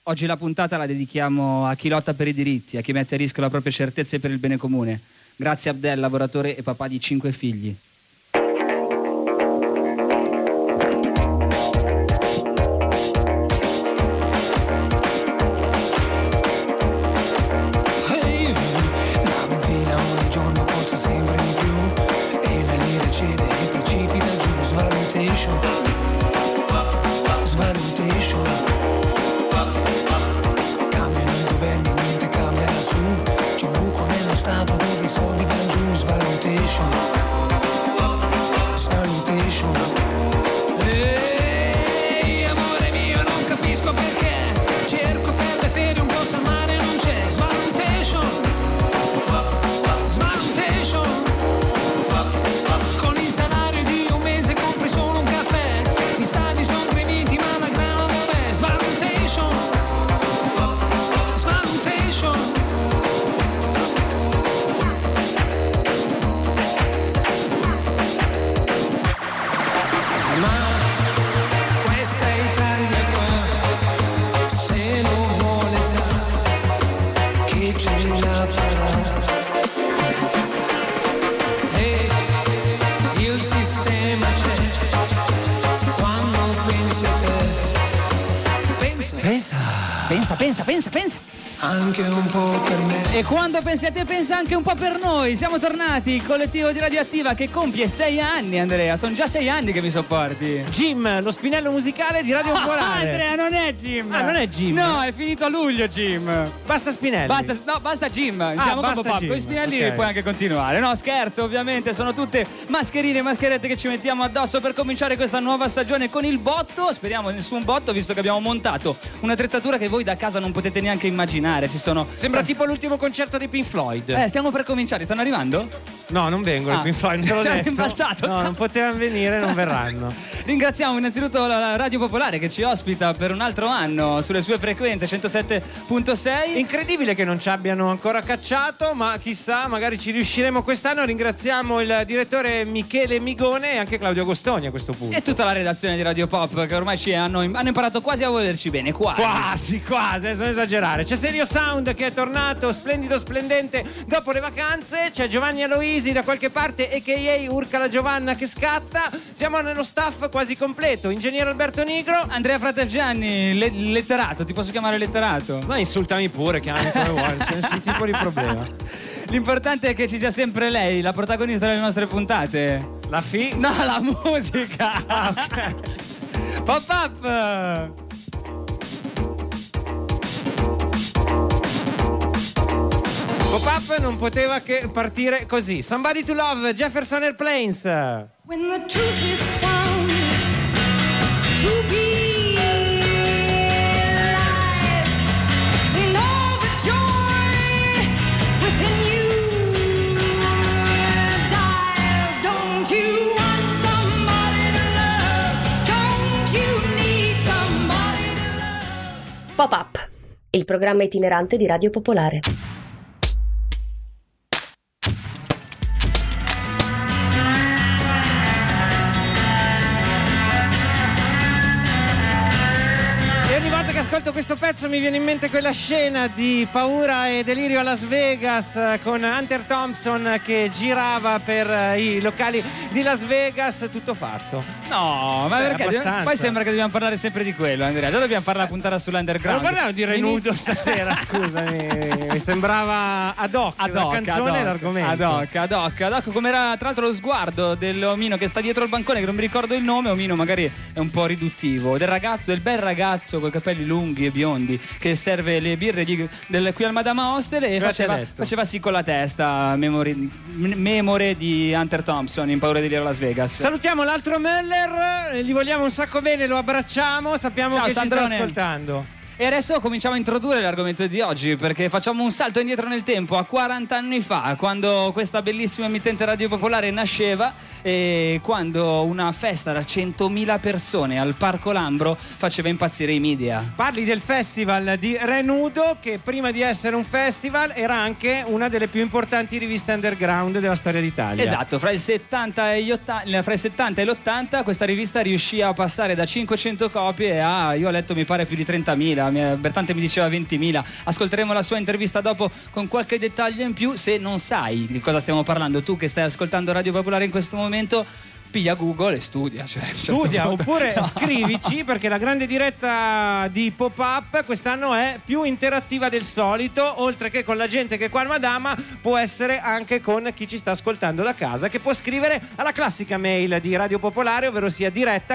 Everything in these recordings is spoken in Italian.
Oggi la puntata la dedichiamo a chi lotta per i diritti, a chi mette a rischio la propria certezza per il bene comune. Grazie Abdel, lavoratore e papà di 5 figli. Pensa. Anche un po' per me. E quando pensi a te pensa anche un po' per noi. Siamo tornati, il collettivo di Radioattiva che compie 6 anni, Andrea. Sono già 6 anni che mi sopporti. Jim, lo spinello musicale di Radio Popolare. Andrea, non è Jim. Ah, non è Jim? No, è finito a luglio Jim. Basta Spinelli. Basta Jim. Iniziamo con basta Pop. Jim. Con i Spinelli Ok. puoi anche continuare. No, scherzo, ovviamente. Sono tutte mascherine e mascherette che ci mettiamo addosso per cominciare questa nuova stagione con il botto. Speriamo nessun botto, visto che abbiamo montato un'attrezzatura che voi da casa non potete neanche immaginare. Ci sono... Sembra tipo l'ultimo concerto di Pink Floyd. Stiamo per cominciare. Stanno arrivando? No, non vengono i Pink Floyd, te l'ho Cioè, detto. rimbalzato. No, non potevano venire, non verranno. Ringraziamo innanzitutto la Radio Popolare che ci ospita per un altro anno sulle sue frequenze 107.6. Incredibile che non ci abbiano ancora cacciato, ma chissà, magari ci riusciremo quest'anno. Ringraziamo il direttore Michele Migone e anche Claudio Agostoni a questo punto. E tutta la redazione di Radio Pop che ormai hanno imparato quasi a volerci bene. Quasi, adesso non esagerare. C'è Serio Sound che è tornato splendido, splendente dopo le vacanze. C'è Giovanni Aloisi da qualche parte, a.k.a. Urca la Giovanna che scatta. Siamo nello staff quasi completo. Ingegnere Alberto Nigro. Andrea Fratergiani, letterato, ti posso chiamare letterato? Ma insultami pure, chiamami come vuoi, non c'è nessun tipo di problema. L'importante è che ci sia sempre lei, la protagonista delle nostre puntate. La Fi? No, la musica. Pop up. Pop-up non poteva che partire così. Somebody to Love, Jefferson Airplanes. When the truth is found to be lies, and all the joy within you dies. Don't you want somebody to love? Don't you need somebody to love? Pop-up, il programma itinerante di Radio Popolare. Ascolto questo pezzo, mi viene in mente quella scena di Paura e Delirio a Las Vegas con Hunter Thompson che girava per i locali di Las Vegas, tutto fatto. No, ma perché? Abbastanza. Poi sembra che dobbiamo parlare sempre di quello, Andrea. Già dobbiamo fare la puntata sull'underground. Non parliamo di Renudo stasera, scusami. Mi sembrava ad hoc la canzone e l'argomento. Ad hoc, come era tra l'altro lo sguardo dell'omino che sta dietro il bancone, che non mi ricordo il nome. Omino magari è un po' riduttivo. Del bel ragazzo con i capelli lunghi e biondi che serve le birre qui al Madama Hostel e faceva sì con la testa memore di Hunter Thompson in Paura di Lira Las Vegas. Salutiamo l'altro Möller, gli vogliamo un sacco bene, lo abbracciamo, sappiamo che Sandrone. ci sta ascoltando. E adesso cominciamo a introdurre l'argomento di oggi, perché facciamo un salto indietro nel tempo a 40 anni fa, quando questa bellissima emittente Radio Popolare nasceva, e quando una festa da 100.000 persone al Parco Lambro faceva impazzire i media. Parli del festival di Renudo, che prima di essere un festival era anche una delle più importanti riviste underground della storia d'Italia. Esatto, fra il 70 e l'80 questa rivista riuscì a passare da 500 copie a, io ho letto mi pare più di 30.000, Bertante mi diceva 20.000. Ascolteremo la sua intervista dopo con qualche dettaglio in più. Se non sai di cosa stiamo parlando, tu che stai ascoltando Radio Popolare in questo momento, piglia Google e studia. Studia oppure scrivici, perché la grande diretta di Pop-Up quest'anno è più interattiva del solito. Oltre che con la gente che è qua al Madama, può essere anche con chi ci sta ascoltando da casa, che può scrivere alla classica mail di Radio Popolare, ovvero sia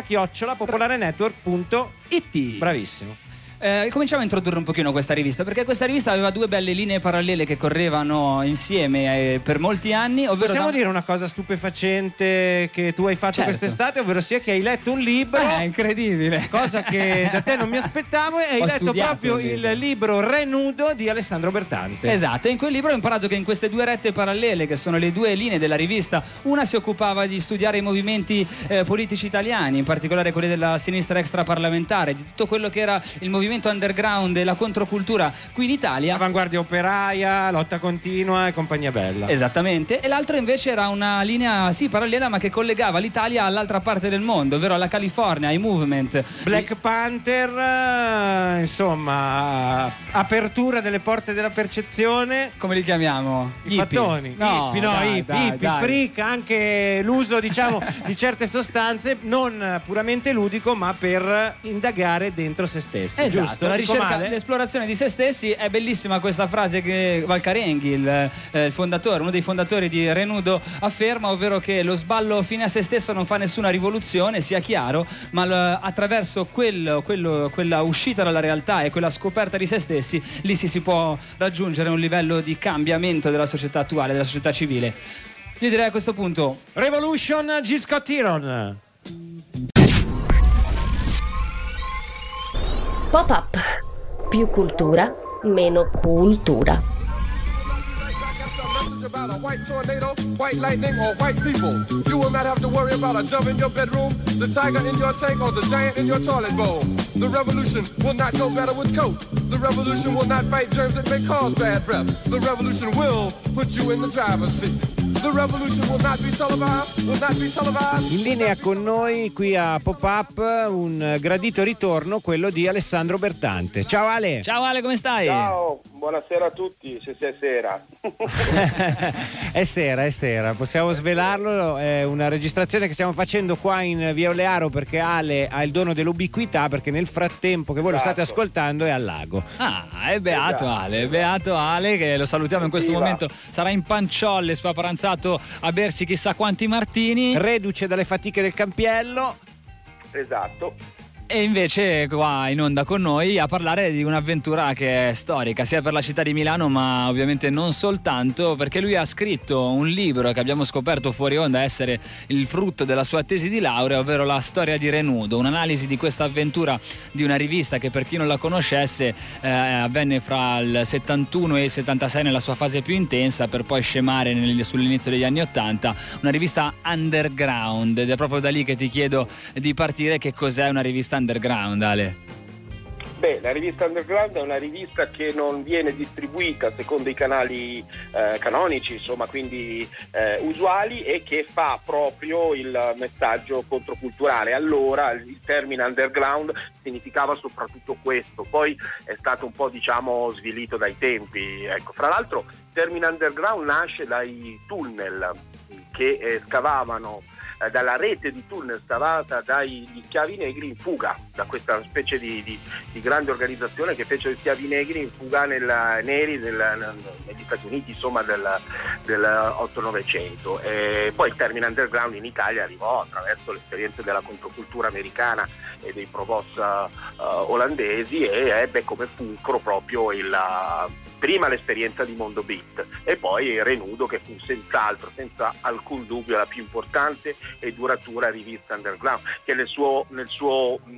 diretta@popolarenetwork.it. Bravissimo. Cominciamo a introdurre un pochino questa rivista, perché questa rivista aveva due belle linee parallele che correvano insieme per molti anni, ovvero possiamo dire una cosa stupefacente che tu hai fatto Certo. quest'estate, ovvero sia che hai letto un libro, è incredibile, cosa che da te non mi aspettavo, e hai Ho letto studiato proprio il libro Renudo di Alessandro Bertante. Esatto, e in quel libro ho imparato che in queste due rette parallele, che sono le due linee della rivista, una si occupava di studiare i movimenti politici italiani, in particolare quelli della sinistra extraparlamentare, di tutto quello che era il movimento underground e la controcultura qui in Italia, Avanguardia operaia, lotta continua e compagnia bella. esattamente, e l'altro invece era una linea sì parallela, ma che collegava l'Italia all'altra parte del mondo, ovvero alla California, ai movement Black Panther, insomma, apertura delle porte della percezione. come li chiamiamo? I fattoni, No, hippie, freak, anche l'uso, diciamo, di certe sostanze non puramente ludico, ma per indagare dentro se stessi. Esatto, giusto? la Dico ricerca, male? l'esplorazione di se stessi. È bellissima questa frase che Valcarenghi, il fondatore, uno dei fondatori di Renudo, afferma, ovvero che lo sballo fine a se stesso non fa nessuna rivoluzione, sia chiaro, ma attraverso quella uscita dalla realtà e quella scoperta di se stessi, lì si può raggiungere un livello di cambiamento della società attuale, della società civile. Io direi a questo punto Revolution G. Scott Heron. Pop-up. Più cultura, meno cultura. About a white tornado, white lightning, or white people. You will not have to worry about a dove in your bedroom, the tiger in your tank, or the giant in your toilet bowl. The revolution will not go better with coke. The revolution will not fight germs that may cause bad breath. The revolution will put you in the driver's seat. The revolution will not be televised, will not be televised. In linea con noi qui a Pop-Up un gradito ritorno, quello di Alessandro Bertante. Ciao Ale. ciao Ale, come stai? Ciao, buonasera a tutti, se sia sera. È sera, possiamo svelarlo, è una registrazione che stiamo facendo qua in Via Olearo, perché Ale ha il dono dell'ubiquità, perché nel frattempo che voi lo state Esatto. ascoltando è al lago. È beato Esatto. Ale, è beato Ale, che lo salutiamo in questo Viva. momento, sarà in panciolle, spaparanzato a bersi chissà quanti martini, Reduce dalle fatiche del campiello. Esatto. e invece qua in onda con noi a parlare di un'avventura che è storica sia per la città di Milano, ma ovviamente non soltanto, perché lui ha scritto un libro che abbiamo scoperto fuori onda essere il frutto della sua tesi di laurea, ovvero La storia di Renudo, un'analisi di questa avventura di una rivista che, per chi non la conoscesse, avvenne fra il 71 e il 76 nella sua fase più intensa, per poi scemare sull'inizio degli anni 80, una rivista underground, ed è proprio da lì che ti chiedo di partire. Che cos'è una rivista underground, Ale? Beh, la rivista Underground è una rivista che non viene distribuita secondo i canali canonici, insomma, quindi usuali, e che fa proprio il messaggio controculturale. Allora il termine underground significava soprattutto questo, poi è stato un po', diciamo, svilito dai tempi. Ecco, fra l'altro il termine underground nasce dai tunnel che scavavano, dalla rete di tunnel scavata dagli schiavi negri in fuga, da questa specie di grande organizzazione che fece gli schiavi negri in fuga negli Stati Uniti, insomma, del 8-900. E poi il termine underground in Italia arrivò attraverso l'esperienza della controcultura americana e dei provost olandesi, e ebbe come fulcro proprio prima l'esperienza di Mondo Beat e poi il Renudo, che fu senz'altro, senza alcun dubbio, la più importante e duratura rivista underground, che nel suo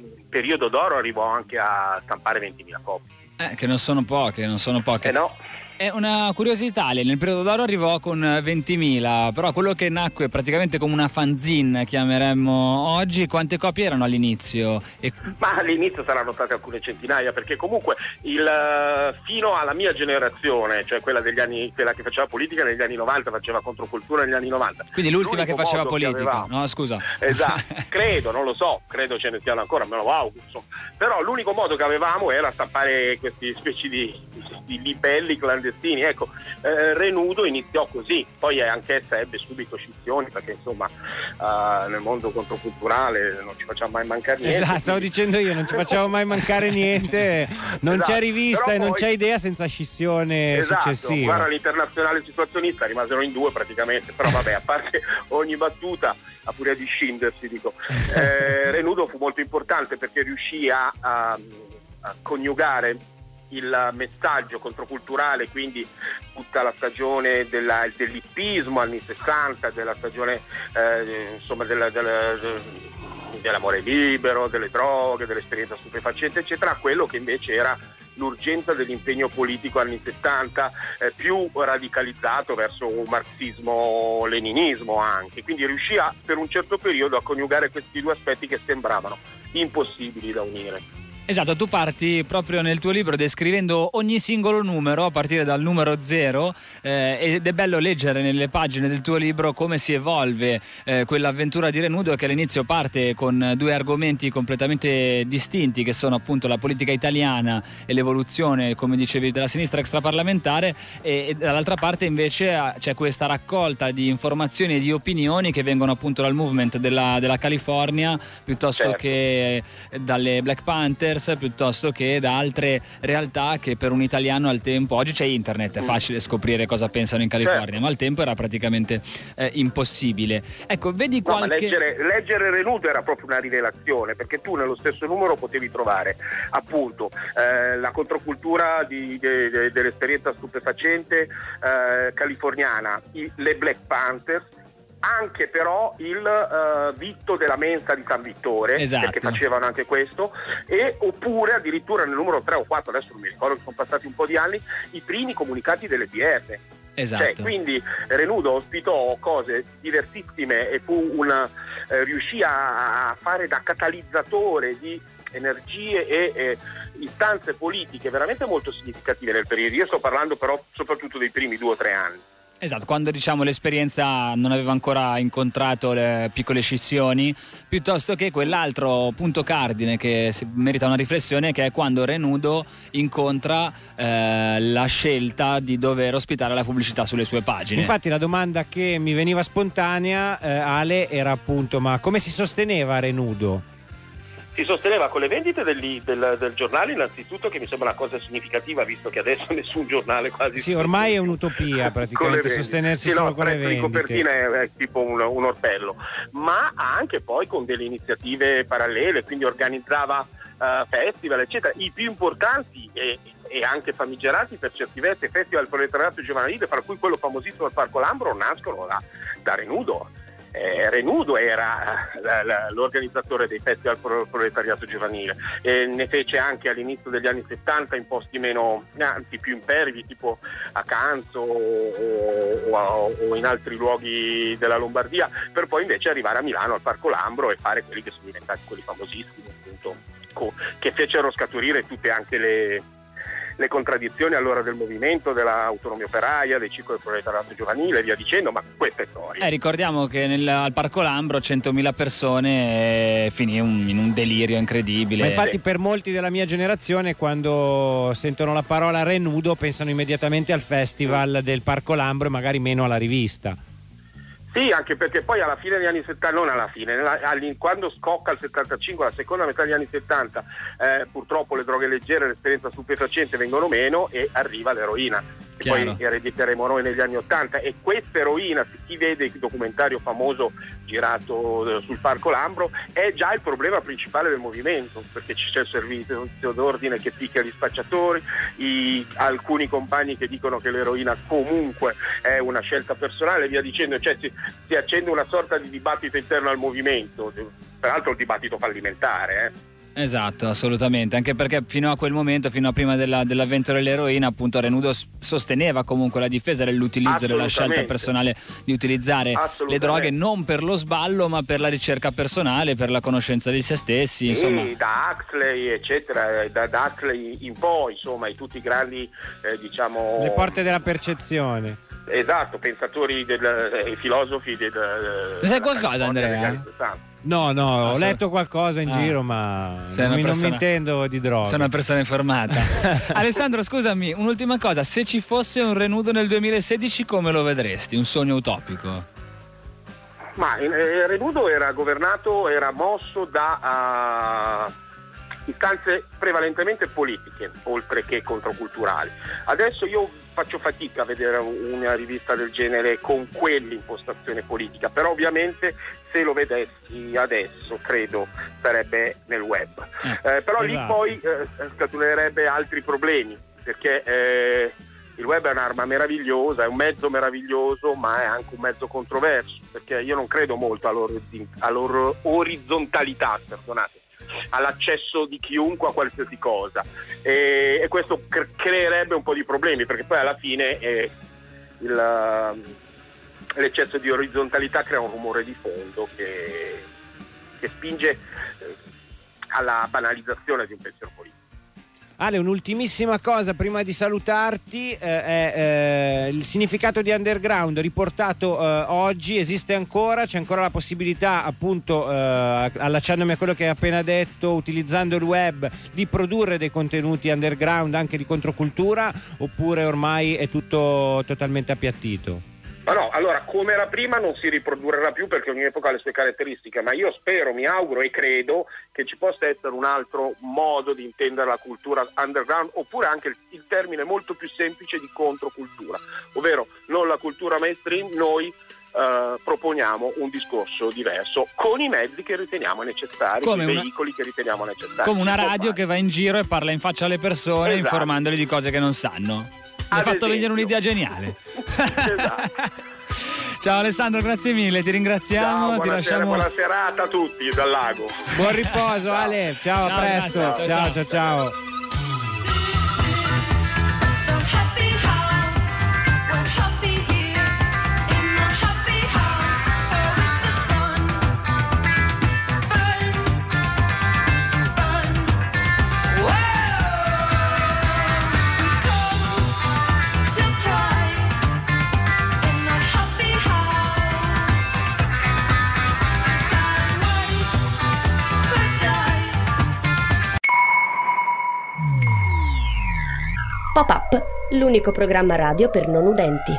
periodo d'oro arrivò anche a stampare 20.000 copie. Che non sono poche. No. È una curiosità, nel periodo d'oro arrivò con 20.000, però quello che nacque praticamente come una fanzine, chiameremmo oggi, quante copie erano all'inizio? Ma all'inizio saranno state alcune centinaia, perché comunque fino alla mia generazione, cioè quella che faceva politica negli anni 90, faceva controcultura negli anni 90. Quindi l'ultima che faceva politica, avevamo, no scusa. Esatto, credo, non lo so, credo ce ne siano ancora, me lo auguro. Però l'unico modo che avevamo era stampare questi specie di libelli clandestini. Ecco, Renudo iniziò così, poi anch'essa ebbe subito scissioni, perché insomma nel mondo controculturale non ci facciamo mai mancare niente. Esatto, stavo dicendo io, non ci facciamo mai mancare niente, non Esatto, c'è rivista però e non poi- c'è idea senza scissione successiva. Guarda, l'Internazionale situazionista rimasero in due praticamente, però vabbè, a parte ogni battuta, a furia di scindersi, dico, Renudo fu molto importante perché riuscì a coniugare il messaggio controculturale, quindi tutta la stagione dell'ippismo anni 60, della stagione insomma dell'amore libero, delle droghe, dell'esperienza stupefacente, eccetera, a quello che invece era l'urgenza dell'impegno politico anni 70, più radicalizzato verso un marxismo-leninismo anche. Quindi riuscì per un certo periodo a coniugare questi due aspetti che sembravano impossibili da unire. Esatto, tu parti proprio nel tuo libro descrivendo ogni singolo numero a partire dal numero 0 ed è bello leggere nelle pagine del tuo libro come si evolve quell'avventura di Renudo, che all'inizio parte con due argomenti completamente distinti, che sono appunto la politica italiana e l'evoluzione, come dicevi, della sinistra extraparlamentare, e dall'altra parte invece c'è questa raccolta di informazioni e di opinioni che vengono appunto dal movement della California, piuttosto Certo. che dalle Black Panther, piuttosto che da altre realtà che per un italiano al tempo, oggi c'è internet, è facile scoprire cosa pensano in California, Certo. ma al tempo era praticamente impossibile. Ecco, vedi No, ma qualche... leggere Renudo era proprio una rivelazione, perché tu nello stesso numero potevi trovare appunto la controcultura dell'esperienza stupefacente californiana, le Black Panthers, anche però il vitto della mensa di San Vittore, Esatto. perché facevano anche questo, e oppure addirittura nel numero 3 o 4, adesso non mi ricordo, che sono passati un po' di anni, i primi comunicati delle PR. Esatto. Cioè, quindi Renudo ospitò cose diversissime e riuscì a fare da catalizzatore di energie e istanze politiche veramente molto significative nel periodo. Io sto parlando però soprattutto dei primi 2 o 3 anni. Esatto, quando diciamo l'esperienza non aveva ancora incontrato le piccole scissioni, piuttosto che quell'altro punto cardine che merita una riflessione, che è quando Renudo incontra la scelta di dover ospitare la pubblicità sulle sue pagine. Infatti la domanda che mi veniva spontanea, Ale, era appunto: ma come si sosteneva Renudo? Si sosteneva con le vendite del giornale innanzitutto, che mi sembra una cosa significativa, visto che adesso nessun giornale quasi... Sì, ormai è un'utopia praticamente sostenersi solo con le vendite. Di copertina è tipo un orpello, ma anche poi con delle iniziative parallele, quindi organizzava festival, eccetera. I più importanti e anche famigerati per certi versi festival proletariato giovanile, fra cui quello famosissimo al Parco Lambro, nascono da Renudo. Renudo era l'organizzatore dei festival proletariato giovanile, ne fece anche all'inizio degli anni 70 in posti più impervi, tipo a Canzo o in altri luoghi della Lombardia, per poi invece arrivare a Milano al Parco Lambro e fare quelli che sono diventati quelli famosissimi, appunto, che fecero scaturire tutte anche le contraddizioni allora del movimento, dell'autonomia operaia, dei ciclo del proletariato giovanile e via dicendo, ma questa è storia. Ricordiamo che al Parco Lambro 100.000 persone finì in un delirio incredibile. Ma infatti per molti della mia generazione, quando sentono la parola Renudo, pensano immediatamente al festival del Parco Lambro e magari meno alla rivista. Sì, anche perché poi alla fine degli anni 70, non alla fine, quando scocca il 75, la seconda metà degli anni 70, purtroppo le droghe leggere, l'esperienza stupefacente vengono meno e arriva l'eroina, che Chiaro. poi erediteremo noi negli anni 80, e questa eroina, se chi vede il documentario famoso girato sul Parco Lambro, è già il problema principale del movimento, perché c'è il servizio d'ordine che picchia gli spacciatori, alcuni compagni che dicono che l'eroina comunque è una scelta personale e via dicendo, cioè si accende una sorta di dibattito interno al movimento, peraltro il dibattito fallimentare. Esatto, assolutamente, anche perché fino a quel momento, fino a prima dell'avvento dell'eroina, appunto Renudo sosteneva comunque la difesa dell'utilizzo, della scelta personale di utilizzare le droghe non per lo sballo ma per la ricerca personale, per la conoscenza di se stessi, insomma. Da Huxley eccetera, da Huxley in poi, insomma, i tutti i grandi diciamo le porte della percezione. Esatto, pensatori filosofi Ne sai qualcosa, Andrea? No, ho letto qualcosa in giro, ma non mi intendo di droga. Sono una persona informata. Alessandro, scusami, un'ultima cosa: se ci fosse un Renudo nel 2016, come lo vedresti? Un sogno utopico? Ma Renudo era mosso da istanze prevalentemente politiche, oltre che controculturali. Adesso io faccio fatica a vedere una rivista del genere con quell'impostazione politica, però ovviamente se lo vedessi adesso credo sarebbe nel web. Però lì poi scaturerebbe altri problemi, perché il web è un'arma meravigliosa, è un mezzo meraviglioso, ma è anche un mezzo controverso, perché io non credo molto all'orizzontalità, perdonate, all'accesso di chiunque a qualsiasi cosa, e questo creerebbe un po' di problemi, perché poi alla fine l'eccesso di orizzontalità crea un rumore di fondo che spinge alla banalizzazione di un pensiero politico. Ale, un'ultimissima cosa prima di salutarti, è il significato di underground riportato oggi, esiste ancora? C'è ancora la possibilità, appunto, allacciandomi a quello che hai appena detto, utilizzando il web, di produrre dei contenuti underground anche di controcultura, oppure ormai è tutto totalmente appiattito? Ma no, allora, come era prima non si riprodurrà più, perché ogni epoca ha le sue caratteristiche, ma io spero, mi auguro e credo che ci possa essere un altro modo di intendere la cultura underground, oppure anche il termine molto più semplice di controcultura, ovvero non la cultura mainstream. Noi proponiamo un discorso diverso con i mezzi che riteniamo necessari, con i veicoli che riteniamo necessari. Come una radio che va in giro e parla in faccia alle persone, esatto, informandoli di cose che non sanno. Mi hai fatto venire un'idea geniale. Esatto. Ciao Alessandro, grazie mille, ti ringraziamo. Ciao, buona serata a tutti dal lago. Buon riposo, Ale. Ciao, a presto. Grazie. Ciao. Pop-up, l'unico programma radio per non udenti.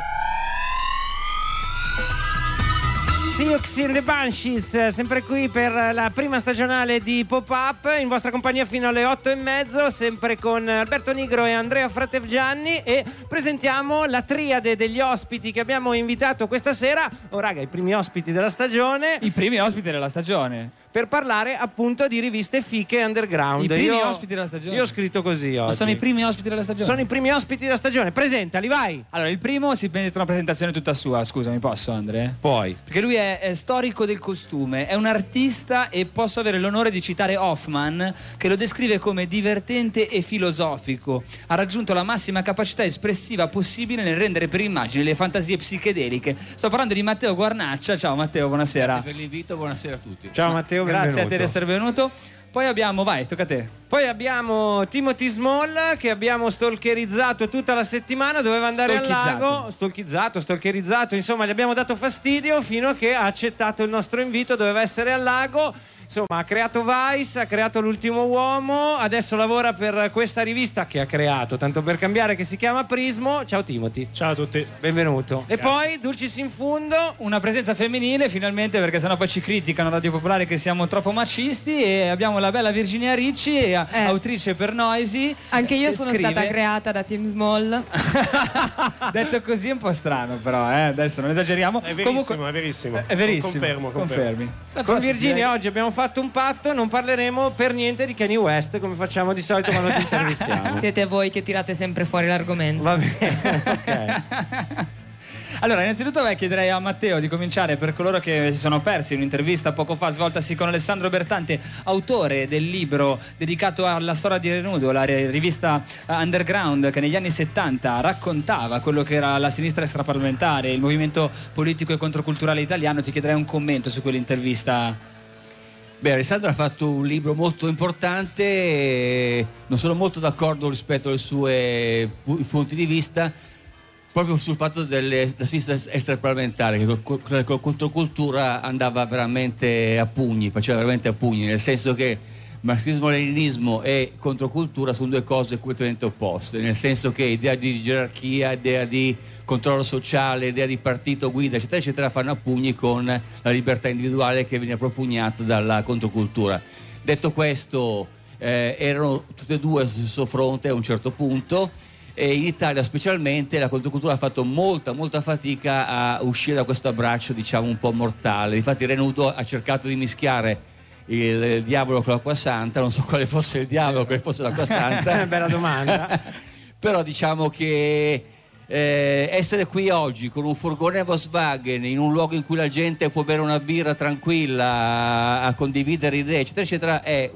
Siouxsie and the Banshees, sempre qui per la prima stagionale di Pop-up, in vostra compagnia fino alle 8:30, sempre con Alberto Nigro e Andrea Fratevgianni, e presentiamo la triade degli ospiti che abbiamo invitato questa sera. Oh raga, i primi ospiti della stagione. Per parlare appunto di riviste fiche underground. I primi ospiti della stagione. Io ho scritto così oggi. Ma sono i primi ospiti della stagione? Sono i primi ospiti della stagione. Presentali, vai. Allora, il primo si merita una presentazione tutta sua. Scusami, posso, Andrea? Poi. Perché lui è storico del costume, è un artista, e posso avere l'onore di citare Hoffman, che lo descrive come divertente e filosofico. Ha raggiunto la massima capacità espressiva possibile nel rendere per immagini le fantasie psichedeliche. Sto parlando di Matteo Guarnaccia. Ciao Matteo, buonasera. Grazie per l'invito, buonasera a tutti. Ciao Matteo, grazie a te di essere venuto. Poi abbiamo, vai, tocca a te. Poi abbiamo Timothy Small, che abbiamo stalkerizzato tutta la settimana, doveva andare al lago, stalkerizzato, insomma gli abbiamo dato fastidio fino a che ha accettato il nostro invito, doveva essere al lago. Insomma, ha creato Vice, ha creato L'ultimo uomo, adesso lavora per questa rivista che ha creato, tanto per cambiare, che si chiama Prismo. Ciao Timothy. Ciao a tutti. Benvenuto. Grazie. E poi, Dulcis in fundo, una presenza femminile finalmente, perché sennò poi ci criticano Radio Popolare che siamo troppo macisti, e abbiamo la bella Virginia Ricci, autrice per Noisy. Anche io sono stata creata da Tim Small. Detto così è un po' strano, però adesso non esageriamo. È verissimo, comunque, è verissimo. È verissimo. Confermi. Con Virginia oggi abbiamo fatto un patto, non parleremo per niente di Kanye West, come facciamo di solito quando ti intervistiamo. Siete voi che tirate sempre fuori l'argomento. Va bene, ok. Allora, innanzitutto chiederei a Matteo di cominciare, per coloro che si sono persi un'intervista poco fa svoltasi con Alessandro Bertante, autore del libro dedicato alla storia di Renudo, la rivista underground che negli anni 70 raccontava quello che era la sinistra extraparlamentare, il movimento politico e controculturale italiano. Ti chiederei un commento su quell'intervista. Beh, Alessandro ha fatto un libro molto importante, non sono molto d'accordo rispetto ai suoi punti di vista, proprio sul fatto della sinistra extraparlamentare, che con la controcultura andava veramente a pugni, faceva veramente a pugni, nel senso che marxismo-leninismo e controcultura sono due cose completamente opposte, nel senso che idea di gerarchia, idea di controllo sociale, idea di partito, guida, eccetera, eccetera, fanno a pugni con la libertà individuale che viene propugnata dalla controcultura. Detto questo, erano tutte e due sullo stesso fronte a un certo punto, e in Italia specialmente la controcultura ha fatto molta fatica a uscire da questo abbraccio, diciamo, un po' mortale. Infatti Renudo ha cercato di mischiare il diavolo con l'acqua santa, non so quale fosse il diavolo, quale fosse l'acqua santa. Bella domanda. Però diciamo che essere qui oggi con un furgone Volkswagen in un luogo in cui la gente può bere una birra tranquilla, a condividere idee, eccetera, eccetera, è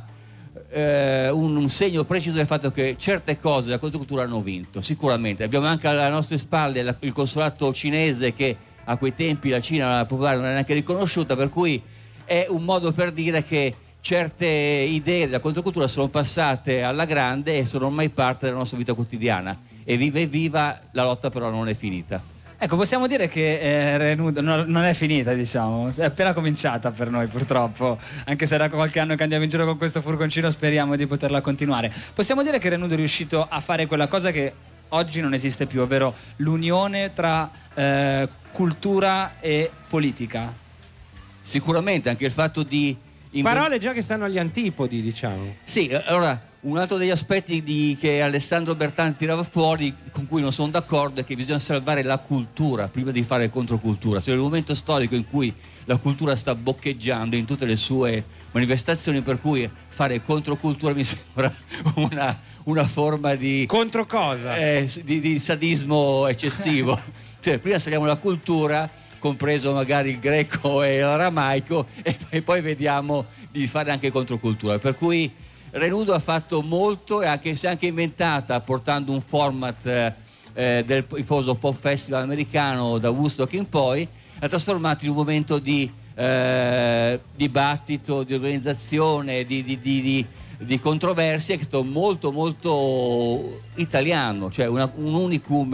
un segno preciso del fatto che certe cose della controcultura hanno vinto, sicuramente. Abbiamo anche alle nostre spalle il consolato cinese, che a quei tempi la Cina popolare non era neanche riconosciuta, per cui è un modo per dire che certe idee della controcultura sono passate alla grande e sono ormai parte della nostra vita quotidiana. E viva, la lotta però non è finita. Ecco, possiamo dire che Renudo non è finita, diciamo, è appena cominciata per noi, purtroppo, anche se da qualche anno che andiamo in giro con questo furgoncino, speriamo di poterla continuare. Possiamo dire che Renudo è riuscito a fare quella cosa che oggi non esiste più, ovvero l'unione tra cultura e politica. Sicuramente anche il fatto di parole già che stanno agli antipodi, diciamo. Sì, allora un altro degli aspetti che Alessandro Bertante tirava fuori, con cui non sono d'accordo, è che bisogna salvare la cultura prima di fare controcultura. Se è un momento storico in cui la cultura sta boccheggiando in tutte le sue manifestazioni, per cui fare controcultura mi sembra una forma di... Contro cosa? Di sadismo eccessivo. Cioè, prima saliamo la cultura, compreso magari il greco e l'aramaico, e poi vediamo di fare anche controcultura. Per cui Renudo ha fatto molto, e si è anche inventata, portando un format del famoso pop festival americano da Woodstock in poi, ha trasformato in un momento di dibattito, di organizzazione, di controversie, che è stato molto italiano, cioè un unicum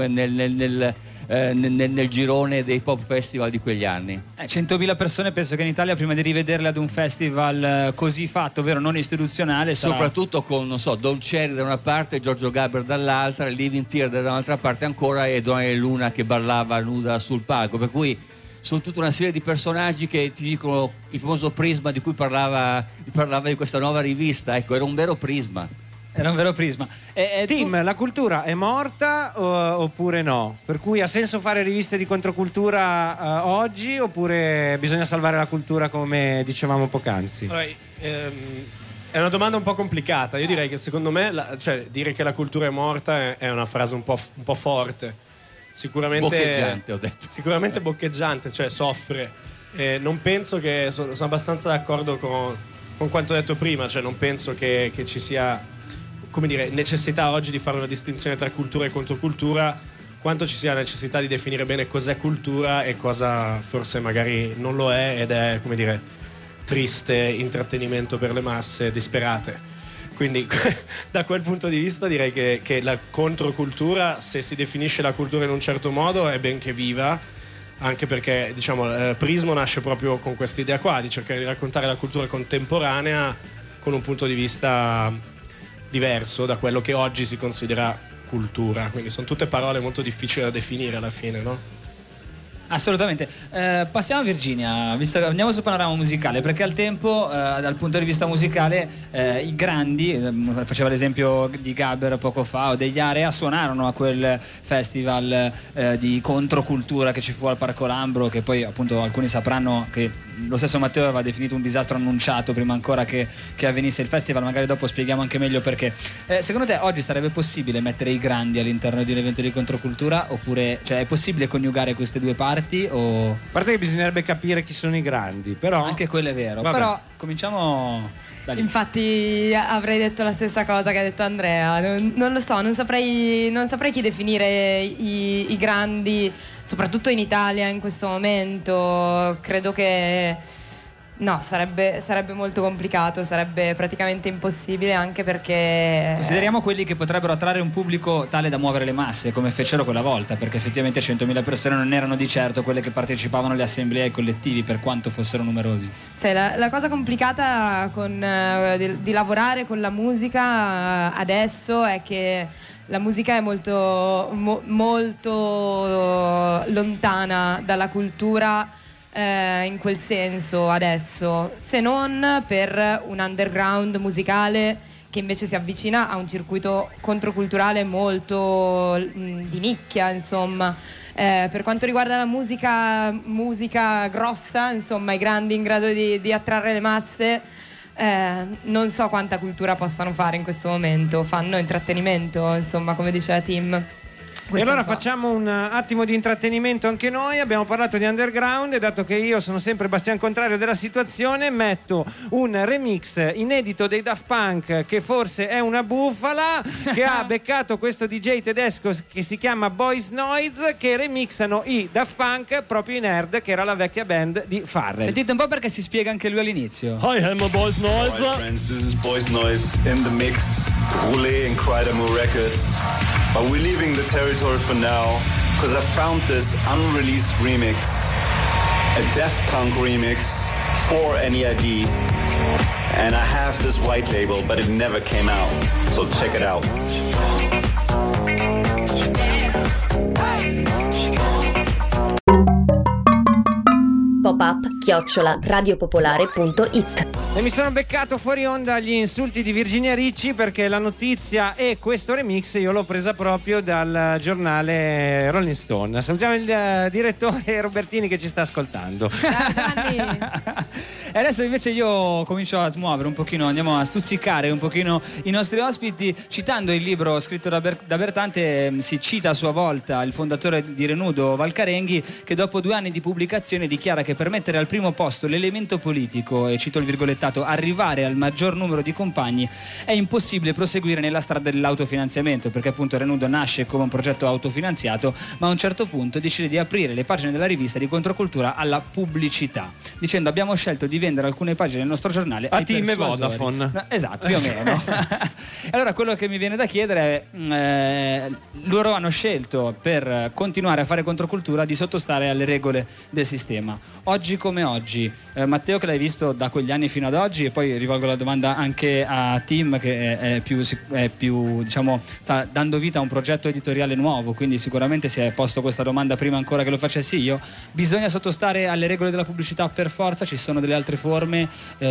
nel girone dei pop festival di quegli anni. 100.000 persone penso che in Italia, prima di rivederle ad un festival così fatto, ovvero non istituzionale, soprattutto con, non so, Don Cherry da una parte, Giorgio Gaber dall'altra, Living Theater da un'altra parte ancora, e Donna Luna che ballava nuda sul palco, per cui sono tutta una serie di personaggi che ti dicono il famoso prisma di cui parlava di questa nuova rivista. Ecco, era un vero prisma. Era un vero prisma. Tim, la cultura è morta oppure no? Per cui ha senso fare riviste di controcultura oggi, oppure bisogna salvare la cultura come dicevamo poc'anzi? Allora, è una domanda un po' complicata. Io direi che secondo me dire che la cultura è morta è una frase un po' forte. Sicuramente boccheggiante, ho detto. Sicuramente boccheggiante, cioè soffre. Non penso che sono abbastanza d'accordo con quanto detto prima, cioè non penso che ci sia, come dire, necessità oggi di fare una distinzione tra cultura e controcultura, quanto ci sia necessità di definire bene cos'è cultura e cosa forse magari non lo è, ed è, come dire, triste intrattenimento per le masse disperate. Quindi da quel punto di vista direi che la controcultura, se si definisce la cultura in un certo modo, è ben che viva, anche perché, diciamo, Prismo nasce proprio con questa idea qua, di cercare di raccontare la cultura contemporanea con un punto di vista diverso da quello che oggi si considera cultura. Quindi sono tutte parole molto difficili da definire alla fine, no? Assolutamente. Passiamo a Virginia, visto che andiamo sul panorama musicale, perché al tempo, dal punto di vista musicale, i grandi, faceva l'esempio di Gaber poco fa, o degli Area, suonarono a quel festival di controcultura che ci fu al Parco Lambro, che poi appunto alcuni sapranno che lo stesso Matteo aveva definito un disastro annunciato prima ancora che avvenisse il festival, magari dopo spieghiamo anche meglio perché. Secondo te oggi sarebbe possibile mettere i grandi all'interno di un evento di controcultura, oppure cioè, è possibile coniugare queste due parti? O... A parte che bisognerebbe capire chi sono i grandi, però anche quello è vero. Vabbè. Però cominciamo da lì. Infatti avrei detto la stessa cosa che ha detto Andrea. Non lo so, non saprei chi definire i grandi, soprattutto in Italia in questo momento. Credo che no, sarebbe molto complicato, sarebbe praticamente impossibile, anche perché Consideriamo quelli che potrebbero attrarre un pubblico tale da muovere le masse, come fecero quella volta, perché effettivamente 100.000 persone non erano di certo quelle che partecipavano alle assemblee e ai collettivi, per quanto fossero numerosi. Sì, la cosa complicata di lavorare con la musica adesso è che la musica è molto lontana dalla cultura, in quel senso adesso, se non per un underground musicale che invece si avvicina a un circuito controculturale molto di nicchia, insomma. Per quanto riguarda la musica grossa, insomma, i grandi in grado di attrarre le masse, non so quanta cultura possano fare in questo momento. Fanno intrattenimento, insomma, come diceva Tim. E allora facciamo un attimo di intrattenimento anche noi. Abbiamo parlato di underground e dato che io sono sempre Bastian Contrario della situazione, metto un remix inedito dei Daft Punk, che forse è una bufala, che ha beccato questo DJ tedesco che si chiama Boys Noise, che remixano i Daft Punk proprio i Nerd, che era la vecchia band di Farrell. Sentite un po' perché si spiega anche lui all'inizio. Hi, I'm Boys Noise. Hi friends, this is Boys Noise in the mix, Roulé and Crydamo Records. But we're leaving the territory for now, because I found this unreleased remix, a Daft Punk remix for NERD, and I have this white label, but it never came out, so check it out. pop-up@radiopopolare.it. E mi sono beccato fuori onda gli insulti di Virginia Ricci, perché la notizia e questo remix io l'ho presa proprio dal giornale Rolling Stone. Salutiamo il direttore Robertini che ci sta ascoltando. E adesso invece io comincio a smuovere un pochino, andiamo a stuzzicare un pochino i nostri ospiti, citando il libro scritto da Bertante. Si cita a sua volta il fondatore di Renudo, Valcarenghi, che dopo 2 anni di pubblicazione dichiara che per mettere al primo posto l'elemento politico, e cito il virgolettato, arrivare al maggior numero di compagni, è impossibile proseguire nella strada dell'autofinanziamento, perché appunto Renudo nasce come un progetto autofinanziato, ma a un certo punto decide di aprire le pagine della rivista di Controcultura alla pubblicità, dicendo: abbiamo scelto di vendere alcune pagine del nostro giornale a ai Team e persuasori. Vodafone. No, esatto, più o meno. Allora quello che mi viene da chiedere è, loro hanno scelto, per continuare a fare Controcultura, di sottostare alle regole del sistema. Oggi come oggi, Matteo, che l'hai visto da quegli anni fino ad oggi, e poi rivolgo la domanda anche a Tim, che è più diciamo, sta dando vita a un progetto editoriale nuovo, quindi sicuramente si è posto questa domanda prima ancora che lo facessi io: bisogna sottostare alle regole della pubblicità per forza? Ci sono delle altre forme?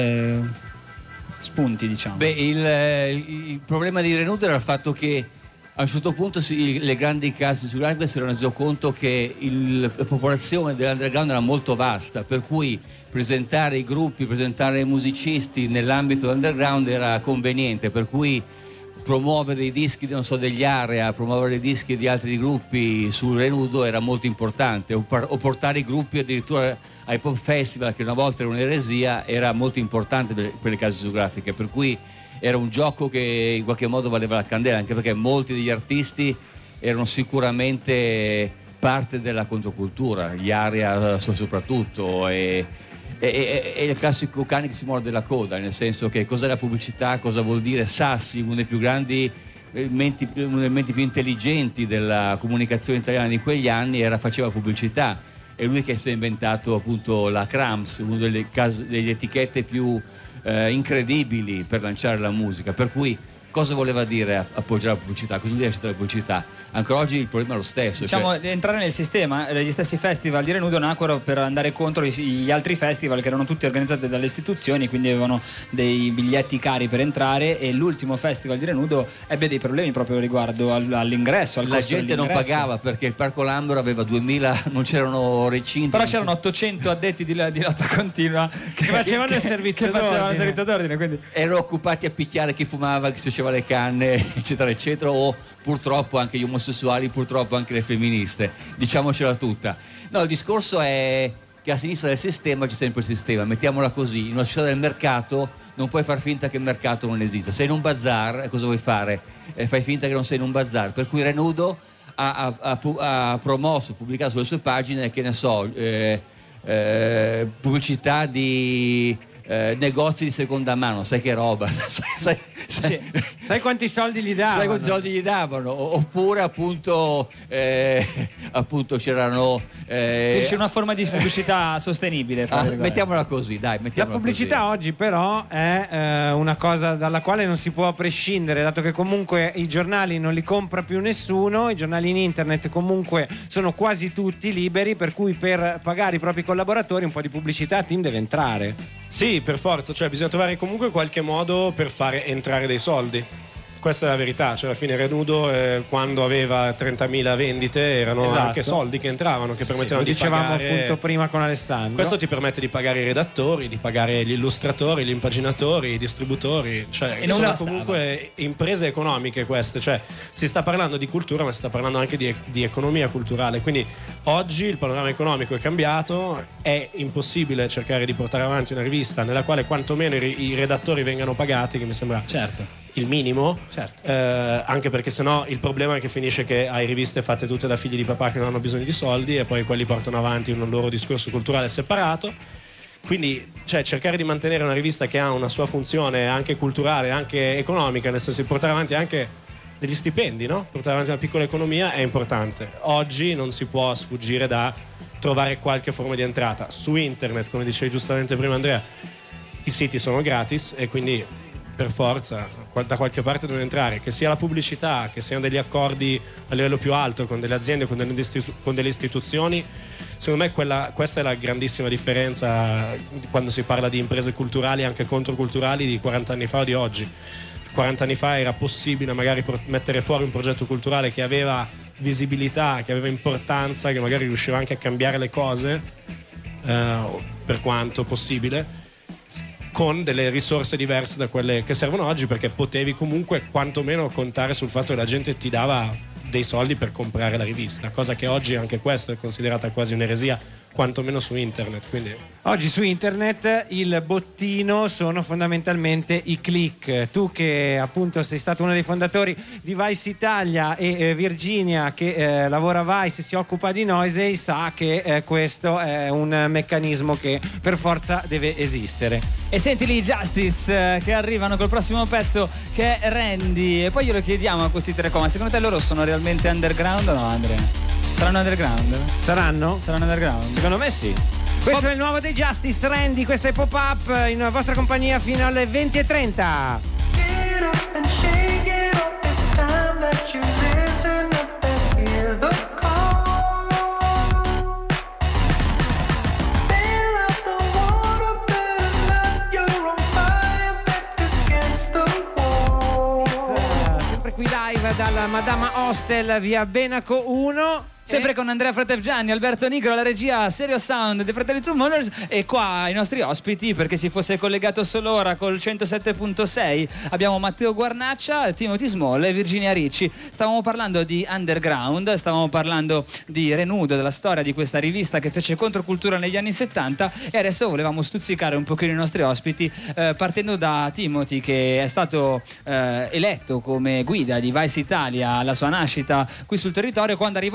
Spunti, diciamo. Il problema di Renudo era il fatto che a un certo punto le grandi case discografiche si erano reso conto che la popolazione dell'underground era molto vasta, per cui presentare i gruppi, presentare i musicisti nell'ambito dell'underground era conveniente, per cui promuovere i dischi, non so, degli Area, promuovere i dischi di altri gruppi sul Renudo era molto importante, o portare i gruppi addirittura ai pop festival, che una volta era un'eresia, era molto importante per le case discografiche, per cui era un gioco che in qualche modo valeva la candela, anche perché molti degli artisti erano sicuramente parte della controcultura, gli Area soprattutto, e il classico cane che si morde la coda, nel senso che cos'è la pubblicità, cosa vuol dire. Sassi, uno dei più grandi menti più intelligenti della comunicazione italiana di quegli anni, faceva pubblicità, è lui che si è inventato appunto la Cramps, una delle etichette più incredibili per lanciare la musica, per cui cosa voleva dire appoggiare la pubblicità, cosa vuol dire accettare la pubblicità. Ancora oggi il problema è lo stesso. Diciamo, entrare nel sistema, gli stessi festival di Renudo nacquero per andare contro gli altri festival che erano tutti organizzati dalle istituzioni, quindi avevano dei biglietti cari per entrare, e l'ultimo festival di Renudo ebbe dei problemi proprio riguardo all'ingresso, al la costo gente non dell'ingresso. pagava perché il Parco Lambro aveva 2000, non c'erano recinti. Però c'erano 800 addetti di lotta continua che facevano il servizio d'ordine, quindi erano occupati a picchiare chi fumava, chi si faceva le canne, eccetera eccetera, o purtroppo anche gli omosessuali, purtroppo anche le femministe, diciamocela tutta. No, il discorso è che a sinistra del sistema c'è sempre il sistema, mettiamola così. In una società del mercato non puoi far finta che il mercato non esista. Sei in un bazar, cosa vuoi fare? Fai finta che non sei in un bazar. Per cui Renudo ha promosso, pubblicato sulle sue pagine, che ne so, pubblicità di negozi di seconda mano, sai che roba. Sai quanti soldi gli davano? Sai quanti soldi gli davano? Oppure appunto c'erano c'è una forma di pubblicità sostenibile, mettiamola così, dai, la pubblicità oggi però è una cosa dalla quale non si può prescindere, dato che comunque i giornali non li compra più nessuno, i giornali in internet comunque sono quasi tutti liberi, per cui per pagare i propri collaboratori un po' di pubblicità TIM deve entrare. Sì, per forza, cioè bisogna trovare comunque qualche modo per fare entrare dei soldi. Questa è la verità, cioè alla fine Renudo quando aveva 30.000 vendite erano anche soldi che entravano, che permettevano di dicevamo pagare, appunto prima con Alessandro. Questo ti permette di pagare i redattori, di pagare gli illustratori, gli impaginatori, i distributori, cioè e non sono bastava. comunque imprese economiche queste, cioè si sta parlando di cultura ma si sta parlando anche di economia culturale, quindi oggi il panorama economico è cambiato, è impossibile cercare di portare avanti una rivista nella quale quantomeno i redattori vengano pagati, che mi sembra il minimo, anche perché sennò il problema è che finisce che hai riviste fatte tutte da figli di papà che non hanno bisogno di soldi e poi quelli portano avanti un loro discorso culturale separato. Quindi cercare di mantenere una rivista che ha una sua funzione anche culturale, anche economica, nel senso di portare avanti anche degli stipendi, no? Portare avanti una piccola economia è importante. Oggi non si può sfuggire da trovare qualche forma di entrata. Su internet, come dicevi giustamente prima Andrea, i siti sono gratis e quindi per forza da qualche parte devono entrare, che sia la pubblicità, che siano degli accordi a livello più alto con delle aziende, con delle istituzioni. Secondo me questa è la grandissima differenza quando si parla di imprese culturali, anche controculturali, di 40 anni fa o di oggi. 40 anni fa era possibile magari mettere fuori un progetto culturale che aveva visibilità, che aveva importanza, che magari riusciva anche a cambiare le cose per quanto possibile, con delle risorse diverse da quelle che servono oggi, perché potevi comunque quantomeno contare sul fatto che la gente ti dava dei soldi per comprare la rivista, cosa che oggi anche questo è considerata quasi un'eresia, quantomeno su internet. Quindi oggi su internet il bottino sono fondamentalmente i click. Tu che appunto sei stato uno dei fondatori di Vice Italia e Virginia che lavora Vice e si occupa di Noisey, sa che questo è un meccanismo che per forza deve esistere. E senti lì Justice che arrivano col prossimo pezzo che è Randy, e poi glielo chiediamo a questi tre ma secondo te loro sono realmente underground o no, Andrea? Saranno underground? Saranno? Saranno underground? Secondo me sì. Questo è il nuovo dei Justice, Randy, questa è Pop Up in vostra compagnia fino alle 20:30. Get up and shake it up. It's time that you listen up and hear the call. Fill up the water, better not, you're on fire, back against the wall. Sempre qui live dalla Madama Hostel via Benaco 1. Sempre con Andrea Fratevgianni, Alberto Nigro, la regia Serio Sound dei Fratelli Tumors, e qua i nostri ospiti, perché si fosse collegato solo ora col 107.6 abbiamo Matteo Guarnaccia, Timothy Small e Virginia Ricci. Stavamo parlando di underground, stavamo parlando di Renudo, della storia di questa rivista che fece controcultura negli anni 70, e adesso volevamo stuzzicare un pochino i nostri ospiti partendo da Timothy, che è stato eletto come guida di Vice Italia alla sua nascita qui sul territorio. Quando arrivò Vice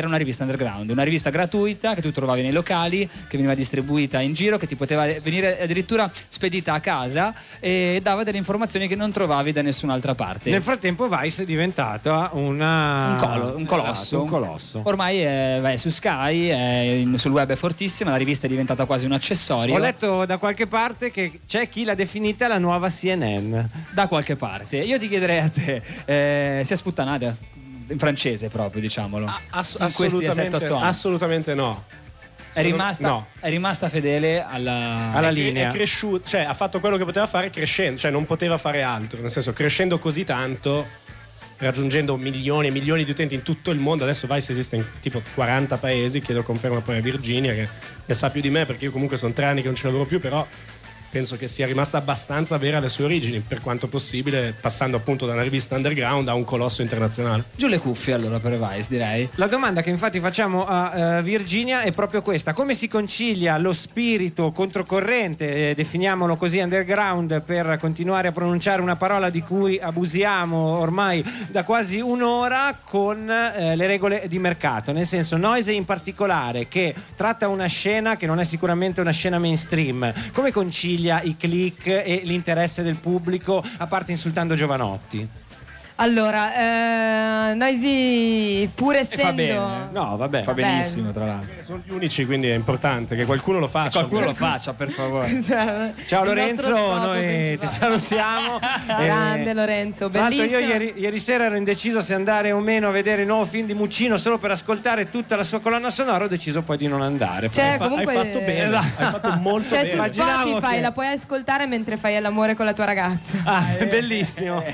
era una rivista underground, una rivista gratuita che tu trovavi nei locali, che veniva distribuita in giro, che ti poteva venire addirittura spedita a casa e dava delle informazioni che non trovavi da nessun'altra parte. Nel frattempo Vice è diventata un colosso. Esatto, un colosso. Ormai è su Sky, sul web è fortissima, la rivista è diventata quasi un accessorio. Ho letto da qualche parte che c'è chi l'ha definita la nuova CNN. Da qualche parte. Io ti chiederei a te, si è sputtanata in francese proprio, diciamolo. In questi 7-8 anni. Assolutamente no. È rimasta fedele alla linea. È cresciuto, cioè ha fatto quello che poteva fare crescendo, cioè non poteva fare altro, nel senso crescendo così tanto, raggiungendo milioni e milioni di utenti in tutto il mondo. Adesso Vice esiste in tipo 40 paesi, chiedo conferma poi a Virginia che ne sa più di me, perché io comunque sono 3 anni che non ci lavoro più, però penso che sia rimasta abbastanza vera alle sue origini, per quanto possibile, passando appunto da una rivista underground a un colosso internazionale. Giù le cuffie allora per Vice, direi. La domanda che infatti facciamo a Virginia è proprio questa: come si concilia lo spirito controcorrente, definiamolo così, underground, per continuare a pronunciare una parola di cui abusiamo ormai da quasi un'ora, con le regole di mercato? Nel senso, Noisy in particolare, che tratta una scena che non è sicuramente una scena mainstream, come concilia i click e l'interesse del pubblico, a parte insultando Giovanotti? Allora, Noisy, pur essendo... fa bene. No, vabbè. Fa benissimo, tra l'altro. Sono gli unici, quindi è importante che qualcuno lo faccia. Qualcuno lo faccia, per favore. Ciao Lorenzo, noi ti salutiamo. Grande Lorenzo, Tra l'altro bellissimo. io ieri sera ero indeciso se andare o meno a vedere il nuovo film di Muccino solo per ascoltare tutta la sua colonna sonora, ho deciso poi di non andare. Cioè, comunque, hai fatto bene, Esatto. hai fatto molto Cioè, bene. su Immaginavo Spotify che- la puoi ascoltare mentre fai l'amore con la tua ragazza. È bellissimo.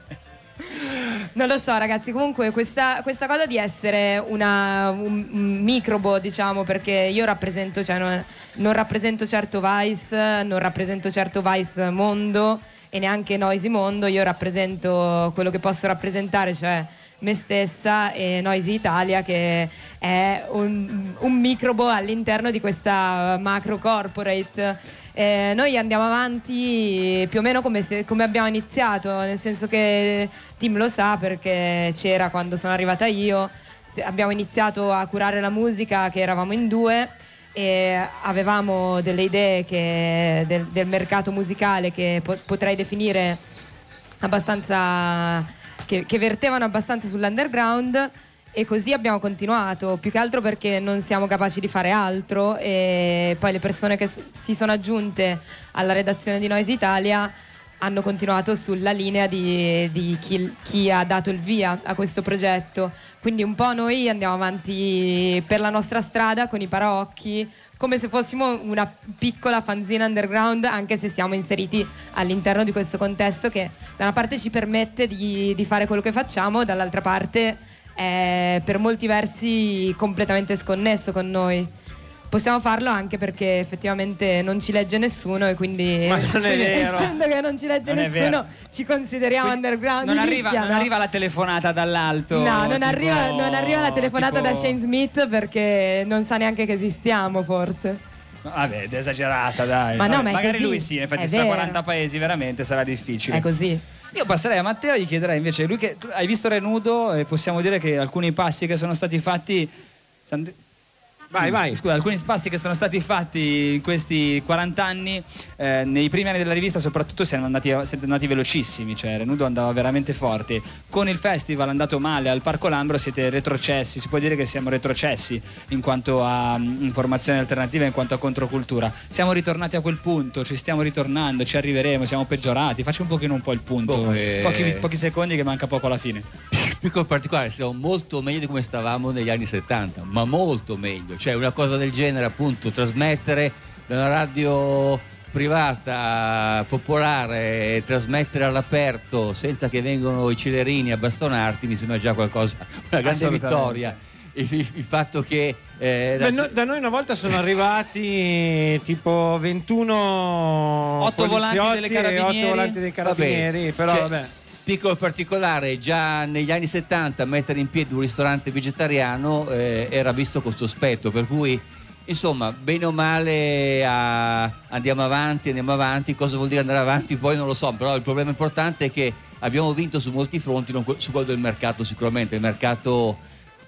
Non lo so, ragazzi, comunque questa cosa di essere un microbo, diciamo, perché io rappresento, cioè non rappresento certo Vice, non rappresento certo Vice Mondo e neanche Noisy Mondo, io rappresento quello che posso rappresentare, cioè me stessa e Noisy Italia, che è un microbo all'interno di questa macro corporate. Noi andiamo avanti più o meno come abbiamo iniziato, nel senso che Tim lo sa perché c'era quando sono arrivata io. Abbiamo iniziato a curare la musica, che eravamo in 2 e avevamo delle idee del mercato musicale che potrei definire abbastanza, che vertevano abbastanza sull'underground, e così abbiamo continuato, più che altro perché non siamo capaci di fare altro, e poi le persone che si sono aggiunte alla redazione di Noisy Italia hanno continuato sulla linea di chi ha dato il via a questo progetto. Quindi un po' noi andiamo avanti per la nostra strada con i paraocchi, come se fossimo una piccola fanzina underground, anche se siamo inseriti all'interno di questo contesto che da una parte ci permette di fare quello che facciamo, dall'altra parte è per molti versi completamente sconnesso con noi. Possiamo farlo anche perché effettivamente non ci legge nessuno, e quindi, Ma non è vero. essendo che non ci legge Non è nessuno, vero. ci consideriamo underground. Non di nicchia, no? arriva la telefonata dall'alto. No, non tipo- arriva la telefonata tipo- da Shane Smith, perché non sa neanche che esistiamo, forse. Vabbè, è esagerata, dai. Ma no, Vabbè, ma è magari così, lui sì, infatti è se ha vero. 40 paesi veramente sarà difficile. È così. Io passerei a Matteo e gli chiederei invece, lui che tu hai visto Renudo, e possiamo dire che alcuni passi che sono stati fatti... Vai. Scusa, alcuni passi che sono stati fatti in questi 40 anni, nei primi anni della rivista soprattutto siete andati velocissimi, cioè Renudo andava veramente forte. Con il festival andato male al Parco Lambro siete retrocessi, si può dire che siamo retrocessi in quanto a informazione alternativa, in quanto a controcultura. Siamo ritornati a quel punto, ci stiamo ritornando, ci arriveremo, siamo peggiorati. Facci un pochino il punto, pochi secondi che manca poco alla fine. Piccolo particolare, siamo molto meglio di come stavamo negli anni 70, ma molto meglio. Cioè una cosa del genere, appunto, trasmettere da una radio privata, popolare, trasmettere all'aperto senza che vengano i celerini a bastonarti, mi sembra già qualcosa, una grande vittoria. Il fatto che da noi una volta sono arrivati tipo 21 8 volanti delle carabinieri. 8 volanti dei carabinieri, però cioè, vabbè. Piccolo particolare, già negli anni 70 mettere in piedi un ristorante vegetariano era visto con sospetto, per cui insomma bene o male andiamo avanti. Cosa vuol dire andare avanti poi non lo so, però il problema importante è che abbiamo vinto su molti fronti, non su quello del mercato sicuramente. Il mercato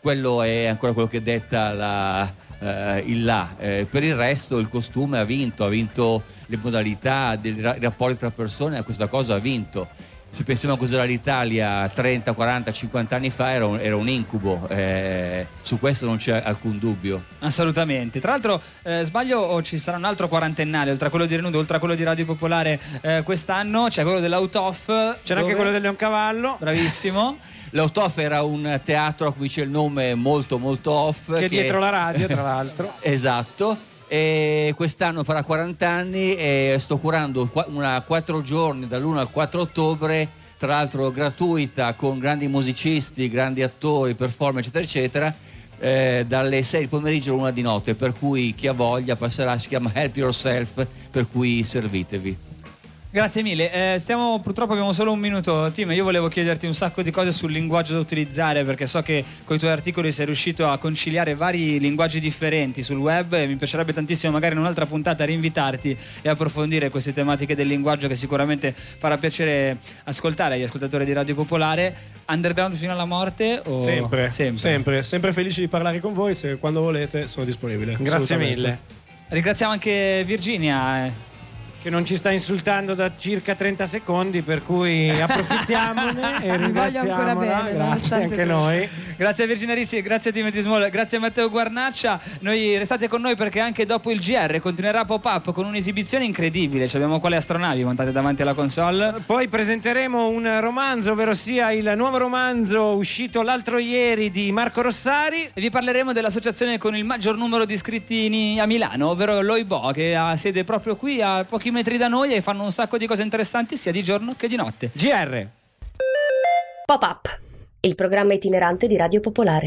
quello è ancora quello che detta il là. Per il resto il costume ha vinto le modalità dei rapporti tra persone, questa cosa ha vinto. Se pensiamo a cos'era l'Italia 30, 40, 50 anni fa, era un incubo, su questo non c'è alcun dubbio. Assolutamente. Tra l'altro, sbaglio o ci sarà un altro quarantennale, oltre a quello di Renudo, oltre a quello di Radio Popolare quest'anno, c'è quello dell'Autof. C'era anche quello del Leoncavallo. Bravissimo. L'Autof era un teatro a cui c'è il nome molto molto off. Che è dietro la radio, tra l'altro. Esatto. E quest'anno farà 40 anni e sto curando una 4 giorni dall'1 al 4 ottobre, tra l'altro gratuita, con grandi musicisti, grandi attori, performer eccetera eccetera, dalle 6 di pomeriggio all'1 di notte, per cui chi ha voglia passerà, si chiama Help Yourself, per cui servitevi. Grazie mille. Purtroppo abbiamo solo un minuto, Tim. Io volevo chiederti un sacco di cose sul linguaggio da utilizzare, perché so che con i tuoi articoli sei riuscito a conciliare vari linguaggi differenti sul web e mi piacerebbe tantissimo magari in un'altra puntata rinvitarti e approfondire queste tematiche del linguaggio, che sicuramente farà piacere ascoltare agli ascoltatori di Radio Popolare. Underground fino alla morte? O... Sempre felice di parlare con voi. Se quando volete sono disponibile. Grazie mille. Ringraziamo anche Virginia, che non ci sta insultando da circa 30 secondi, per cui approfittiamone e ringraziamola. Grazie anche noi. Grazie a Virginia Ricci, grazie a Timothy Small, grazie a Matteo Guarnaccia. Noi restate con noi perché anche dopo il GR continuerà Pop-Up con un'esibizione incredibile. Abbiamo qua le astronavi montate davanti alla console. Poi presenteremo un romanzo, ovvero sia il nuovo romanzo uscito l'altro ieri di Marco Rossari, e vi parleremo dell'associazione con il maggior numero di iscritti a Milano, ovvero l'Oibo, che ha sede proprio qui a pochi metri da noi e fanno un sacco di cose interessanti sia di giorno che di notte. GR Pop-up, il programma itinerante di Radio Popolare.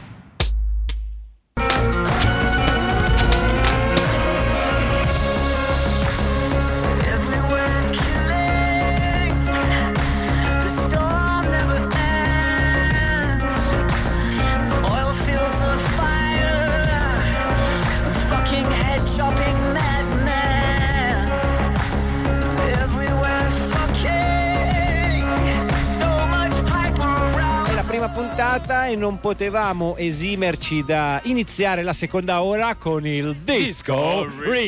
puntata e non potevamo esimerci da iniziare la seconda ora con il Disco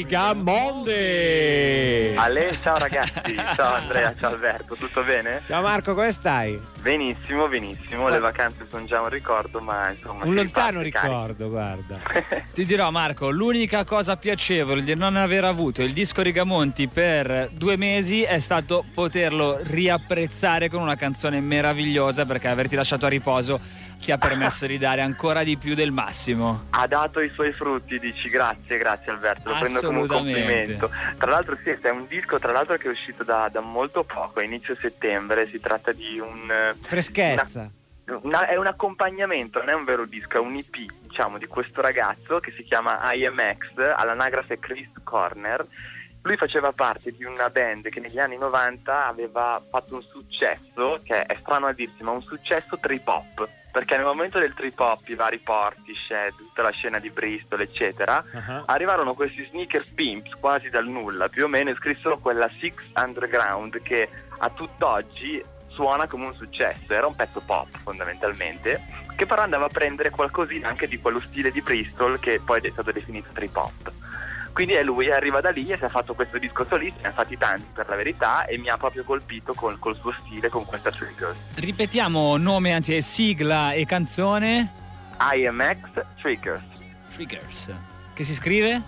Rigamonde. Ale, ciao ragazzi, ciao Andrea, ciao Alberto, tutto bene? Ciao Marco, come stai? Benissimo, benissimo, le vacanze sono già un ricordo, ma insomma... Un lontano ricordo, guarda. Ti dirò Marco, l'unica cosa piacevole di non aver avuto il Disco Rigamonti per 2 mesi è stato poterlo riapprezzare con una canzone meravigliosa, perché averti lasciato a riposo ti ha permesso di dare ancora di più del massimo. Ha dato i suoi frutti, dici, grazie Alberto, lo prendo come un complimento. Tra l'altro sì, è un disco tra l'altro che è uscito da molto poco, a inizio settembre, si tratta di un... freschezza. È un accompagnamento, non è un vero disco, è un EP, diciamo, di questo ragazzo che si chiama IMX, all'anagrafe Chris Corner. Lui faceva parte di una band che negli anni 90 aveva fatto un successo, che è strano a dirsi, ma un successo trip hop, perché nel momento del trip hop, i vari Portishead, tutta la scena di Bristol eccetera, arrivarono questi sneaker pimps quasi dal nulla, più o meno, e scrissero quella Six Underground che a tutt'oggi suona come un successo. Era un pezzo pop fondamentalmente, che però andava a prendere qualcosina anche di quello stile di Bristol che poi è stato definito trip hop. Quindi lui arriva da lì e si è fatto questo disco solista, ne ha fatti tanti per la verità, e mi ha proprio colpito col suo stile, con questa Triggers. Ripetiamo nome, anzi sigla e canzone. IMX Triggers. Triggers. Che si scrive?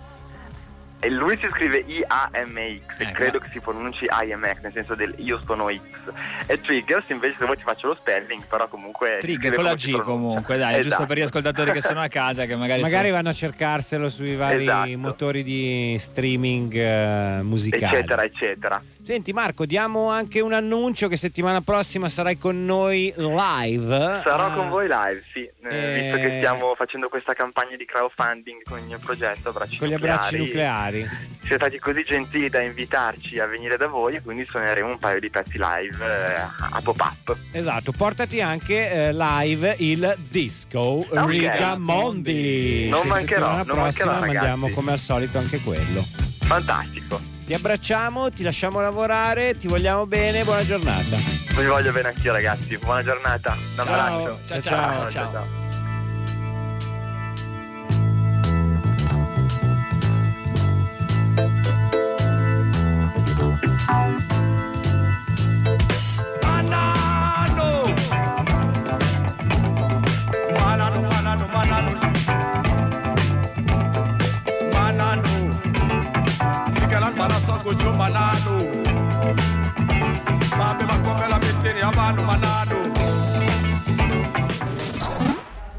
E lui si scrive IAMX e credo che si pronunci IMX, nel senso del io sono X. E Triggers invece, se vuoi ti faccio lo spelling, però comunque Trigger con la G comunque, dai, esatto. Giusto per gli ascoltatori che sono a casa, che magari vanno a cercarselo sui vari motori di streaming musicali, eccetera eccetera. Senti Marco, diamo anche un annuncio che settimana prossima sarai con noi live. Sarò con voi live, sì, visto che stiamo facendo questa campagna di crowdfunding con il mio progetto con gli abbracci nucleari. Siete stati così gentili da invitarci a venire da voi, e quindi suoneremo un paio di pezzi live a pop-up. Esatto, portati anche live il Disco Rigamondi. Non mancherò, prossima mandiamo come al solito anche quello. Fantastico. Ti abbracciamo, ti lasciamo lavorare, ti vogliamo bene, buona giornata. Vi voglio bene anch'io ragazzi, buona giornata, un abbraccio. Ciao.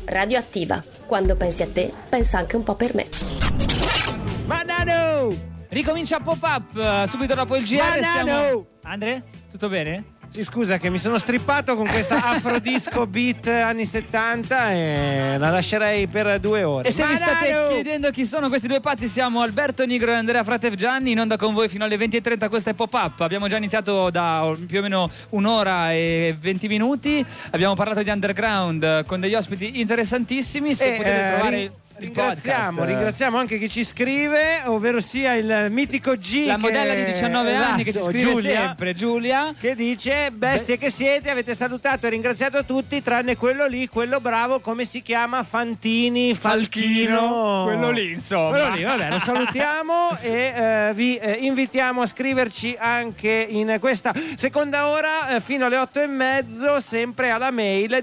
Radioattiva. Quando pensi a te, pensa anche un po' per me. Banano! Ricomincia Pop-Up subito dopo il GR. Andre, tutto bene? Sì, scusa che mi sono strippato con questa afrodisco beat anni 70 e la lascerei per 2 ore. E se vi state chiedendo chi sono questi due pazzi, siamo Alberto Nigro e Andrea Fratevgianni, in onda con voi fino alle 20:30. Questa è Pop-Up. Abbiamo già iniziato da più o meno 1 ora e 20 minuti. Abbiamo parlato di underground con degli ospiti interessantissimi. Se potete trovare Ringraziamo anche chi ci scrive, ovvero sia il mitico G, la modella di 19 anni che ci scrive sempre, Giulia, che dice: bestie che siete, avete salutato e ringraziato tutti tranne quello lì, quello bravo, come si chiama? Fantini, Falchino, quello lì, insomma. Quello lì, vabbè, lo salutiamo e vi invitiamo a scriverci anche in questa seconda ora fino alle 8:30, sempre alla mail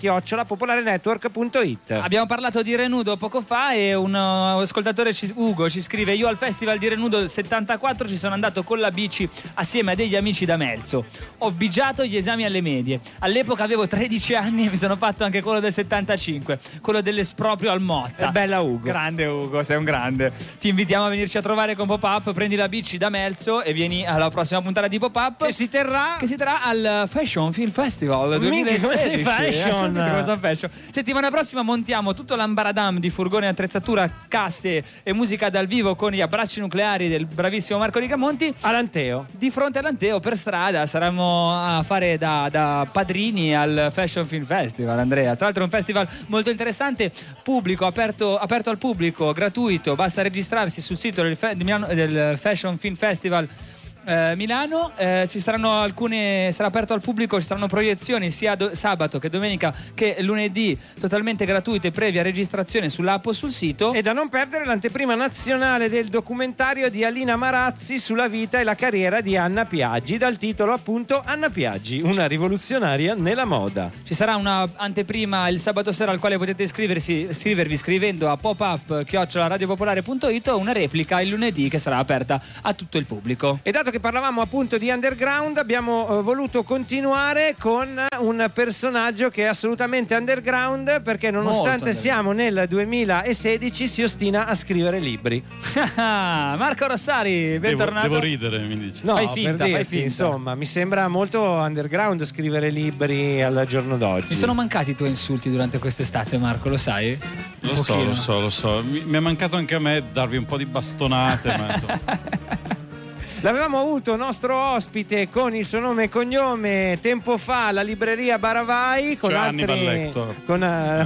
diretta@popolarenetwork.it. Abbiamo parlato di Renudo poco fa e un ascoltatore Ugo ci scrive: io al festival di Renudo del 74 ci sono andato con la bici assieme a degli amici da Melzo, ho bigiato gli esami alle medie, all'epoca avevo 13 anni e mi sono fatto anche quello del 75, quello dell'esproprio al Motta. È bella Ugo, grande Ugo, sei un grande. Ti invitiamo a venirci a trovare con Pop-Up, prendi la bici da Melzo e vieni alla prossima puntata di Pop-Up che si terrà al Fashion Film Festival 2016. Fashion. Settimana prossima montiamo tutto l'ambaradam di furgone, attrezzatura, casse e musica dal vivo con gli abbracci nucleari del bravissimo Marco Rigamonti all'Anteo. Di fronte all'Anteo per strada saremo a fare da padrini al Fashion Film Festival, Andrea. Tra l'altro è un festival molto interessante, pubblico, aperto al pubblico, gratuito, basta registrarsi sul sito del Fashion Film Festival Milano. Ci saranno sarà aperto al pubblico, ci saranno proiezioni sia sabato che domenica che lunedì, totalmente gratuite, previa registrazione sull'app o sul sito. E da non perdere l'anteprima nazionale del documentario di Alina Marazzi sulla vita e la carriera di Anna Piaggi, dal titolo appunto Anna Piaggi, una rivoluzionaria nella moda. Ci sarà una anteprima il sabato sera al quale potete iscrivervi scrivendo a popup@radiopopolare.it, o una replica il lunedì che sarà aperta a tutto il pubblico. E dato che parlavamo appunto di underground, abbiamo voluto continuare con un personaggio che è assolutamente underground, perché nonostante siamo nel 2016 si ostina a scrivere libri. Marco Rossari, bentornato. Devo ridere, mi dici? No, fai finta. Insomma, mi sembra molto underground scrivere libri al giorno d'oggi. Mi sono mancati i tuoi insulti durante quest'estate, Marco, lo sai? Lo so. Mi è mancato anche a me darvi un po' di bastonate, ma L'avevamo avuto nostro ospite con il suo nome e cognome tempo fa alla libreria Baravai con Hannibal Lecter. Con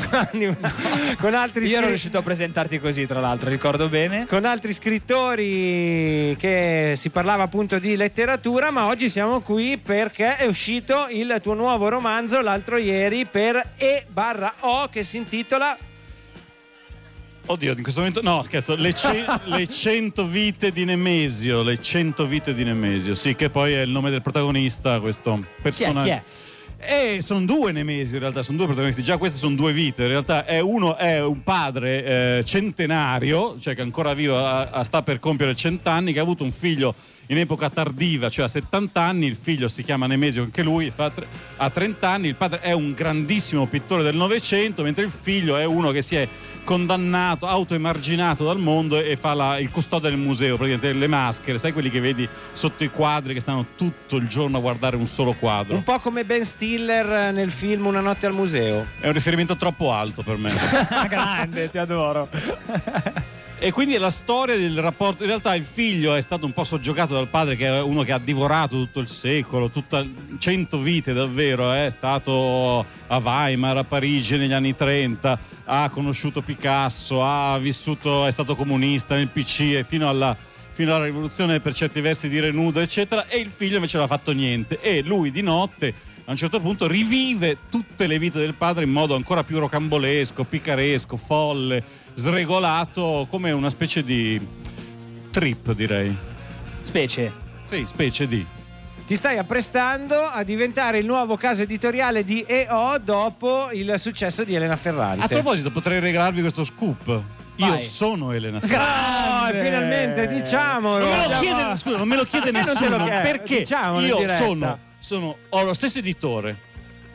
altri Io ero riuscito a presentarti così, tra l'altro, ricordo bene. Con altri scrittori che si parlava appunto di letteratura, ma oggi siamo qui perché è uscito il tuo nuovo romanzo l'altro ieri per E/O, che si intitola... Oddio, in questo momento no, scherzo, le 100 vite di Nemesio, sì, che poi è il nome del protagonista, questo personaggio. Chi è? Sono 2 Nemesio in realtà, sono 2 protagonisti, già queste sono 2 vite, in realtà uno è un padre centenario, cioè che ancora vivo, sta per compiere 100 anni, che ha avuto un figlio in epoca tardiva, cioè a 70 anni, il figlio si chiama Nemesio anche lui, ha 30 anni, il padre è un grandissimo pittore del Novecento, mentre il figlio è uno che si è condannato, autoemarginato dal mondo e fa il custode del museo, praticamente le maschere, sai, quelli che vedi sotto i quadri che stanno tutto il giorno a guardare un solo quadro. Un po' come Ben Stiller nel film Una notte al museo. È un riferimento troppo alto per me. Grande, ti adoro. E quindi è la storia del rapporto. In realtà il figlio è stato un po' soggiogato dal padre, che è uno che ha divorato tutto il secolo, 100 vite davvero, è stato a Weimar, a Parigi negli anni 30, ha conosciuto Picasso, è stato comunista nel PC e fino alla rivoluzione per certi versi di Renudo, eccetera, e il figlio invece non ha fatto niente, e lui di notte a un certo punto rivive tutte le vite del padre in modo ancora più rocambolesco, picaresco, folle, sregolato, come una specie di trip, direi. Specie di. Ti stai apprestando a diventare il nuovo caso editoriale di E.O. dopo il successo di Elena Ferrante. A proposito, potrei regalarvi questo scoop. Io sono Elena Ferrante. Finalmente, diciamolo. Non me lo chiede nessuno, perché diciamolo io ho lo stesso editore,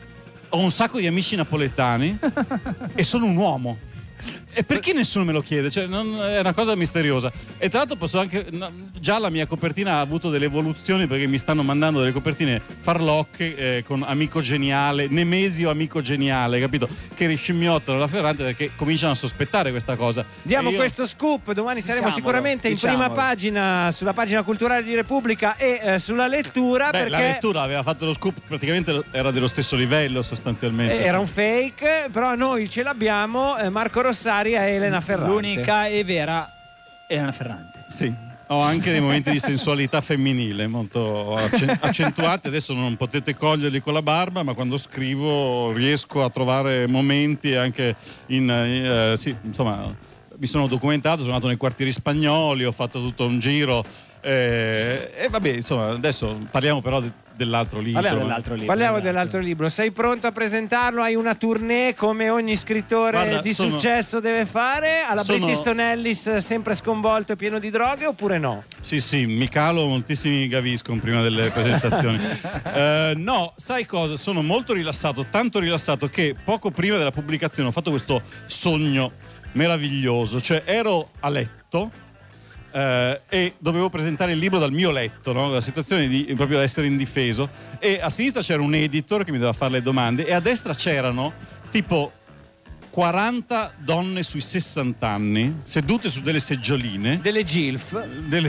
ho un sacco di amici napoletani e sono un uomo. E perché nessuno me lo chiede? Cioè, è una cosa misteriosa. E tra l'altro posso anche. Già la mia copertina ha avuto delle evoluzioni, perché mi stanno mandando delle copertine farlocche con Amico Geniale, Nemesio Amico Geniale, capito? Che riscimmiottano la Ferrante perché cominciano a sospettare questa cosa. Diamo E io- questo scoop, domani saremo Diciamolo, sicuramente in prima pagina sulla pagina culturale di Repubblica e sulla lettura. Beh, perché la lettura aveva fatto lo scoop, praticamente era dello stesso livello sostanzialmente. era un fake, però noi ce l'abbiamo, Marco Rossari e Elena Ferrante. L'unica e vera Elena Ferrante. Sì. Ho anche dei momenti di sensualità femminile molto accentuati. Adesso non potete coglierli con la barba, ma quando scrivo riesco a trovare momenti anche sì, insomma, mi sono documentato, sono andato nei quartieri spagnoli, ho fatto tutto un giro e vabbè, insomma, adesso parliamo però dell'altro libro. Parliamo dell'altro libro. Sei pronto a presentarlo? Hai una tournée come ogni scrittore Guarda, di sono- successo deve fare? Alla sono- Bret Easton Ellis, sempre sconvolto e pieno di droghe, oppure no? Sì, mi calo moltissimi Gaviscon prima delle presentazioni. No, sai cosa? Sono molto rilassato, tanto rilassato che poco prima della pubblicazione ho fatto questo sogno meraviglioso. Cioè ero a letto e dovevo presentare il libro dal mio letto, no? La situazione di proprio essere indifeso, e a sinistra c'era un editor che mi doveva fare le domande e a destra c'erano tipo 40 donne sui 60 anni sedute su delle seggioline, delle GILF,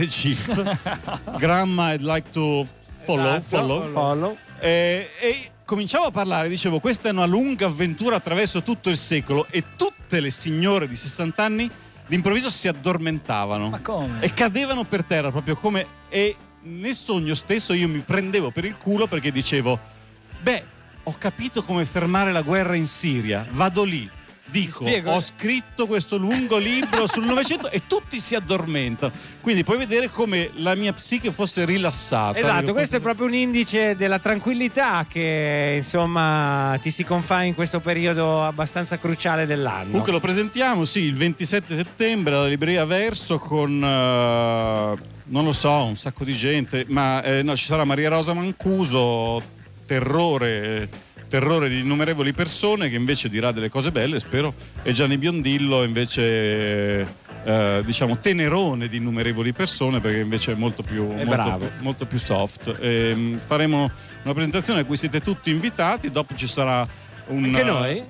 Grandma I'd like to follow, Esatto, follow. E cominciavo a parlare, dicevo questa è una lunga avventura attraverso tutto il secolo, e tutte le signore di 60 anni d'improvviso si addormentavano. Ma come? E cadevano per terra proprio come. E nel sogno stesso io mi prendevo per il culo perché dicevo: beh, ho capito come fermare la guerra in Siria, vado lì, dico, Spiego. ho scritto questo lungo libro sul Novecento e tutti si addormentano. Quindi puoi vedere come la mia psiche fosse rilassata. Esatto, questo è proprio un indice della tranquillità che insomma ti si confà in questo periodo abbastanza cruciale dell'anno. Comunque lo presentiamo, sì, il 27 settembre alla libreria Verso con, non lo so, un sacco di gente, ma no, ci sarà Maria Rosa Mancuso, terrore di innumerevoli persone, che invece dirà delle cose belle, spero, e Gianni Biondillo invece diciamo tenerone di innumerevoli persone, perché invece è molto più soft. Faremo una presentazione a cui siete tutti invitati, dopo ci sarà Anche noi?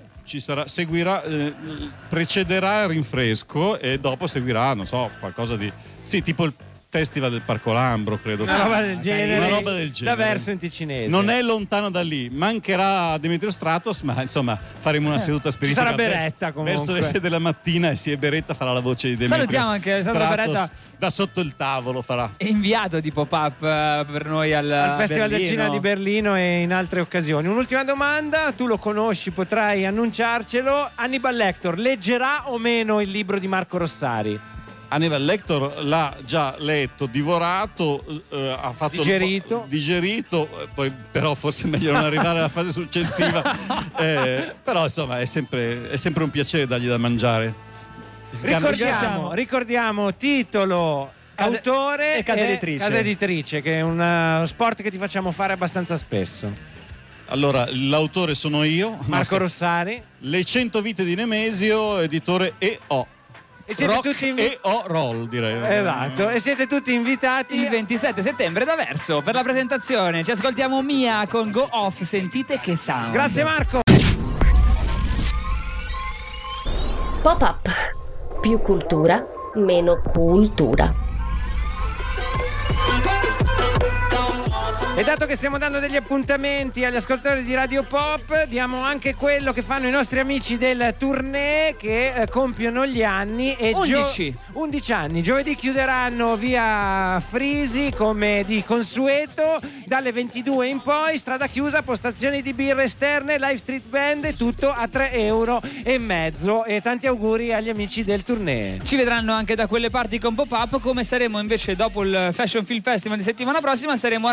Precederà il rinfresco e dopo seguirà, non so, qualcosa di tipo il Festival del Parco Lambro, credo. Una roba del genere. Una roba del genere. Da Verso in ticinese. Non è lontano da lì, mancherà Demetrio Stratos, ma insomma faremo una seduta spiritica. Ci sarà Beretta comunque. Verso le 6 della mattina, e sì, Beretta farà la voce di Demetrio. Salutiamo anche Alessandro Stratos, Beretta, da sotto il tavolo farà. è inviato di Pop-Up per noi al Festival del Berlino. Cinema di Berlino e in altre occasioni. Un'ultima domanda, tu lo conosci, potrai annunciarcelo. Hannibal Lecter leggerà o meno il libro di Marco Rossari? Hannibal Lecter l'ha già letto, divorato, ha fatto digerito, poi però forse è meglio non arrivare alla fase successiva. Però insomma è sempre un piacere dargli da mangiare. Ricordiamo titolo, autore e casa editrice. Casa editrice, che è uno sport che ti facciamo fare abbastanza spesso. Allora, l'autore sono io, Marco Rossari. Le 100 vite di Nemesio, editore EO. E siete Rock tutti EO Roll, direi. Esatto, e siete tutti invitati il 27 settembre da Verso per la presentazione. Ci ascoltiamo Mia con Go Off, sentite che sound. Grazie Marco. Pop-up. Più cultura, meno cultura. E dato che stiamo dando degli appuntamenti agli ascoltatori di Radio Pop, diamo anche quello che fanno i nostri amici del Tournée, che compiono gli anni. E 11 anni. Giovedì chiuderanno via Frisi come di consueto, dalle 22 in poi, strada chiusa, postazioni di birre esterne, live street band, e tutto a €3,50. E tanti auguri agli amici del Tournée. Ci vedranno anche da quelle parti con Pop-Up, come saremo invece dopo il Fashion Film Festival di settimana prossima, saremo a Ragù a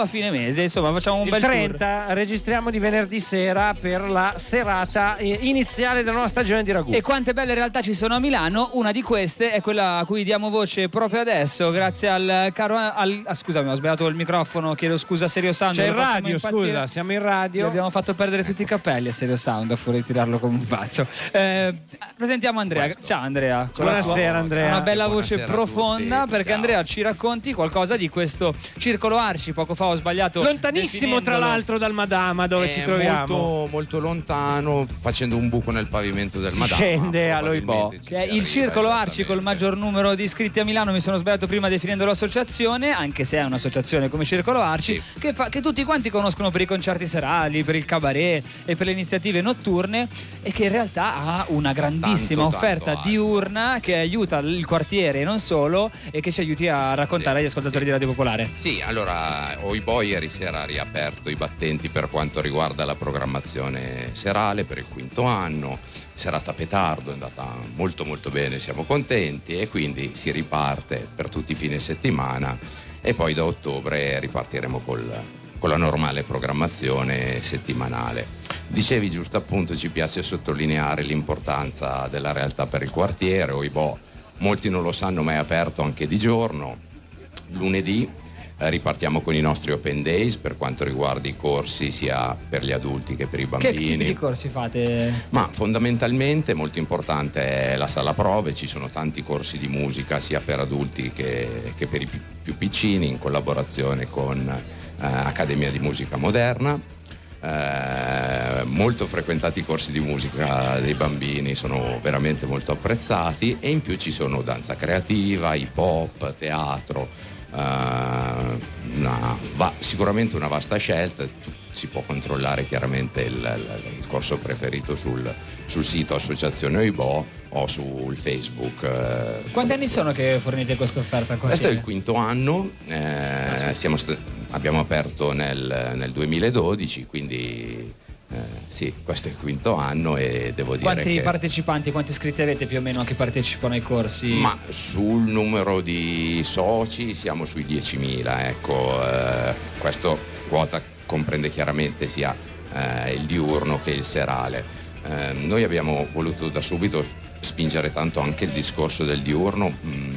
a fine mese, insomma facciamo un Il bel 30 registriamo di venerdì sera per la serata iniziale della nuova stagione di Ragù. tour. E quante belle realtà ci sono a Milano, una di queste è quella a cui diamo voce proprio adesso, grazie al caro... scusami, ho sbagliato il microfono, chiedo scusa a Stereo Sound. C'è il lo facciamo radio, impazzire. scusa, siamo in radio. Gli abbiamo fatto perdere tutti i capelli a Stereo Sound a fuori di tirarlo come un pazzo. Presentiamo Andrea. Ciao Andrea. Buonasera, Andrea. Una bella voce Buonasera a profonda tutti. perché Ciao. Andrea ci racconti qualcosa di questo Circolo Arci. Poco fa ho sbagliato. Lontanissimo tra definendolo. l'altro dal Madama dove ci troviamo. Molto, molto lontano, facendo un buco nel pavimento del Si Madama. scende a probabilmente Loibò. ci Che è si il arriva, Circolo Arci esattamente. col maggior numero di iscritti a Milano. Mi sono sbagliato prima definendo l'associazione, anche se è un'associazione come Circolo Arci, che tutti quanti conoscono per i concerti serali, per il cabaret e per le iniziative notturne, e che in realtà ha una grandissima Tanto offerta alto. diurna che aiuta il quartiere e non solo, e che ci aiuti a raccontare agli ascoltatori di Radio Popolare. Sì, allora Oibò ieri sera ha riaperto i battenti per quanto riguarda la programmazione serale per il 5° anno. Serata petardo, è andata molto molto bene, siamo contenti, e quindi si riparte per tutti i fine settimana, e poi da ottobre ripartiremo con la normale programmazione settimanale. Dicevi giusto appunto, ci piace sottolineare l'importanza della realtà per il quartiere. Oibò, molti non lo sanno, ma è aperto anche di giorno. Lunedì ripartiamo con i nostri Open Days per quanto riguarda i corsi sia per gli adulti che per i Che tipi bambini. di corsi fate? Ma fondamentalmente molto importante è la sala prove, ci sono tanti corsi di musica sia per adulti che per i più piccini, in collaborazione con Accademia di Musica Moderna. Molto frequentati i corsi di musica dei bambini, sono veramente molto apprezzati, e in più ci sono danza creativa, hip hop, teatro, sicuramente una vasta scelta. Si può controllare chiaramente il corso preferito sul sito Associazione Oibò o sul Facebook. Quanti anni sono che fornite questa offerta al Questo è quartiere? il 5° anno, abbiamo aperto nel 2012, quindi sì, questo è il 5° anno, e devo dire Quanti che partecipanti, quanti iscritti avete più o meno che partecipano ai corsi? ma sul numero di soci siamo sui 10.000, ecco. Questa quota comprende chiaramente sia il diurno che il serale. Noi abbiamo voluto da subito spingere tanto anche il discorso del diurno,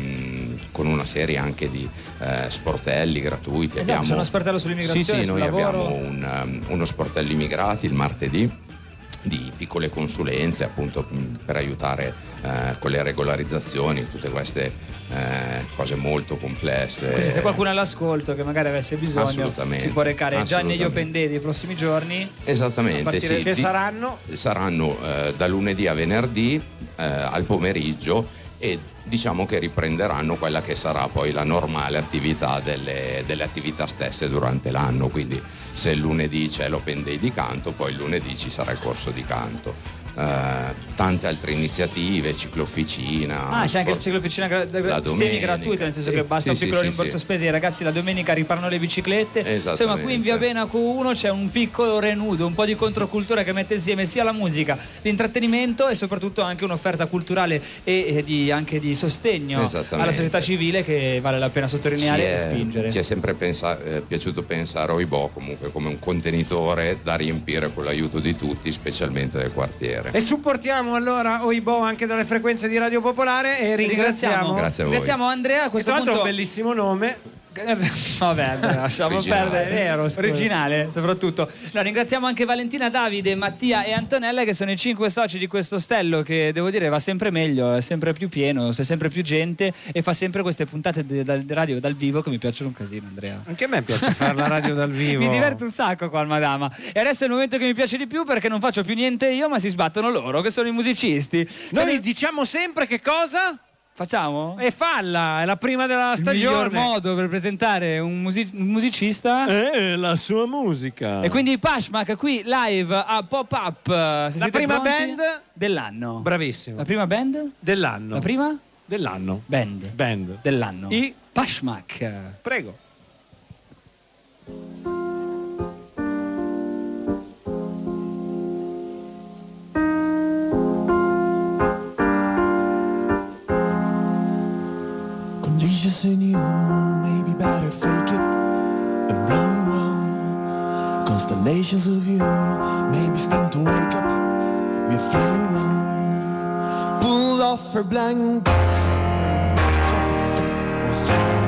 con una serie anche di sportelli gratuiti. Esatto, c'è uno sportello sull'immigrazione, Sì, sul noi lavoro. abbiamo uno sportello immigrati il martedì, di piccole consulenze appunto per aiutare con le regolarizzazioni, tutte queste cose molto complesse. Quindi se qualcuno è all'ascolto che magari avesse bisogno, Assolutamente, si può recare già negli assolutamente. Open Day dei prossimi giorni. A Esattamente, partire sì. che saranno da lunedì a venerdì al pomeriggio, e diciamo che riprenderanno quella che sarà poi la normale attività delle attività stesse durante l'anno. Quindi se il lunedì c'è l'Open Day di canto, poi il lunedì ci sarà il corso di canto. Tante altre iniziative, ciclofficina. C'è anche il ciclofficina la domenica, semi gratuita, nel senso sì, che basta sì, un piccolo sì, rimborso sì. spese, i ragazzi la domenica riparano le biciclette. Insomma, qui in Via Benaco 1 c'è un piccolo renudo, un po' di controcultura che mette insieme sia la musica, l'intrattenimento e soprattutto anche un'offerta culturale e anche di sostegno Esattamente. alla società civile, che vale la pena sottolineare e spingere. Ci è sempre piaciuto pensare a Oibò comunque come un contenitore da riempire con l'aiuto di tutti, specialmente del quartiere. E supportiamo allora Oibò anche dalle frequenze di Radio Popolare, e ringraziamo Grazie a voi. Ringraziamo Andrea, a Che questo tra l'altro punto è un bellissimo nome. Vabbè, Andrea, lasciamo Originale. perdere. Vero, scusa. Originale, soprattutto. No, ringraziamo anche Valentina, Davide, Mattia e Antonella, che sono i 5 soci di questo ostello, che devo dire va sempre meglio, è sempre più pieno, c'è sempre più gente e fa sempre queste puntate dal radio dal vivo che mi piacciono un casino, Andrea. Anche a me piace fare la radio dal vivo. Mi diverte un sacco qua al Madama. E adesso è il momento che mi piace di più, perché non faccio più niente io, ma si sbattono loro, che sono i musicisti. Noi diciamo sempre che cosa? Facciamo? E falla, è la prima della Il stagione. miglior modo per presentare un musicista è la sua musica. E quindi Pashmak qui live a Pop-Up. Se La siete prima pronti, band dell'anno. Bravissimo. La prima band Dell'anno. La prima Dell'anno. band dell'anno. I Pashmak. Prego. Conditions in you, maybe better fake it and blow Foundations of you, maybe it's time to wake up. We flew on, pulled off her blankets.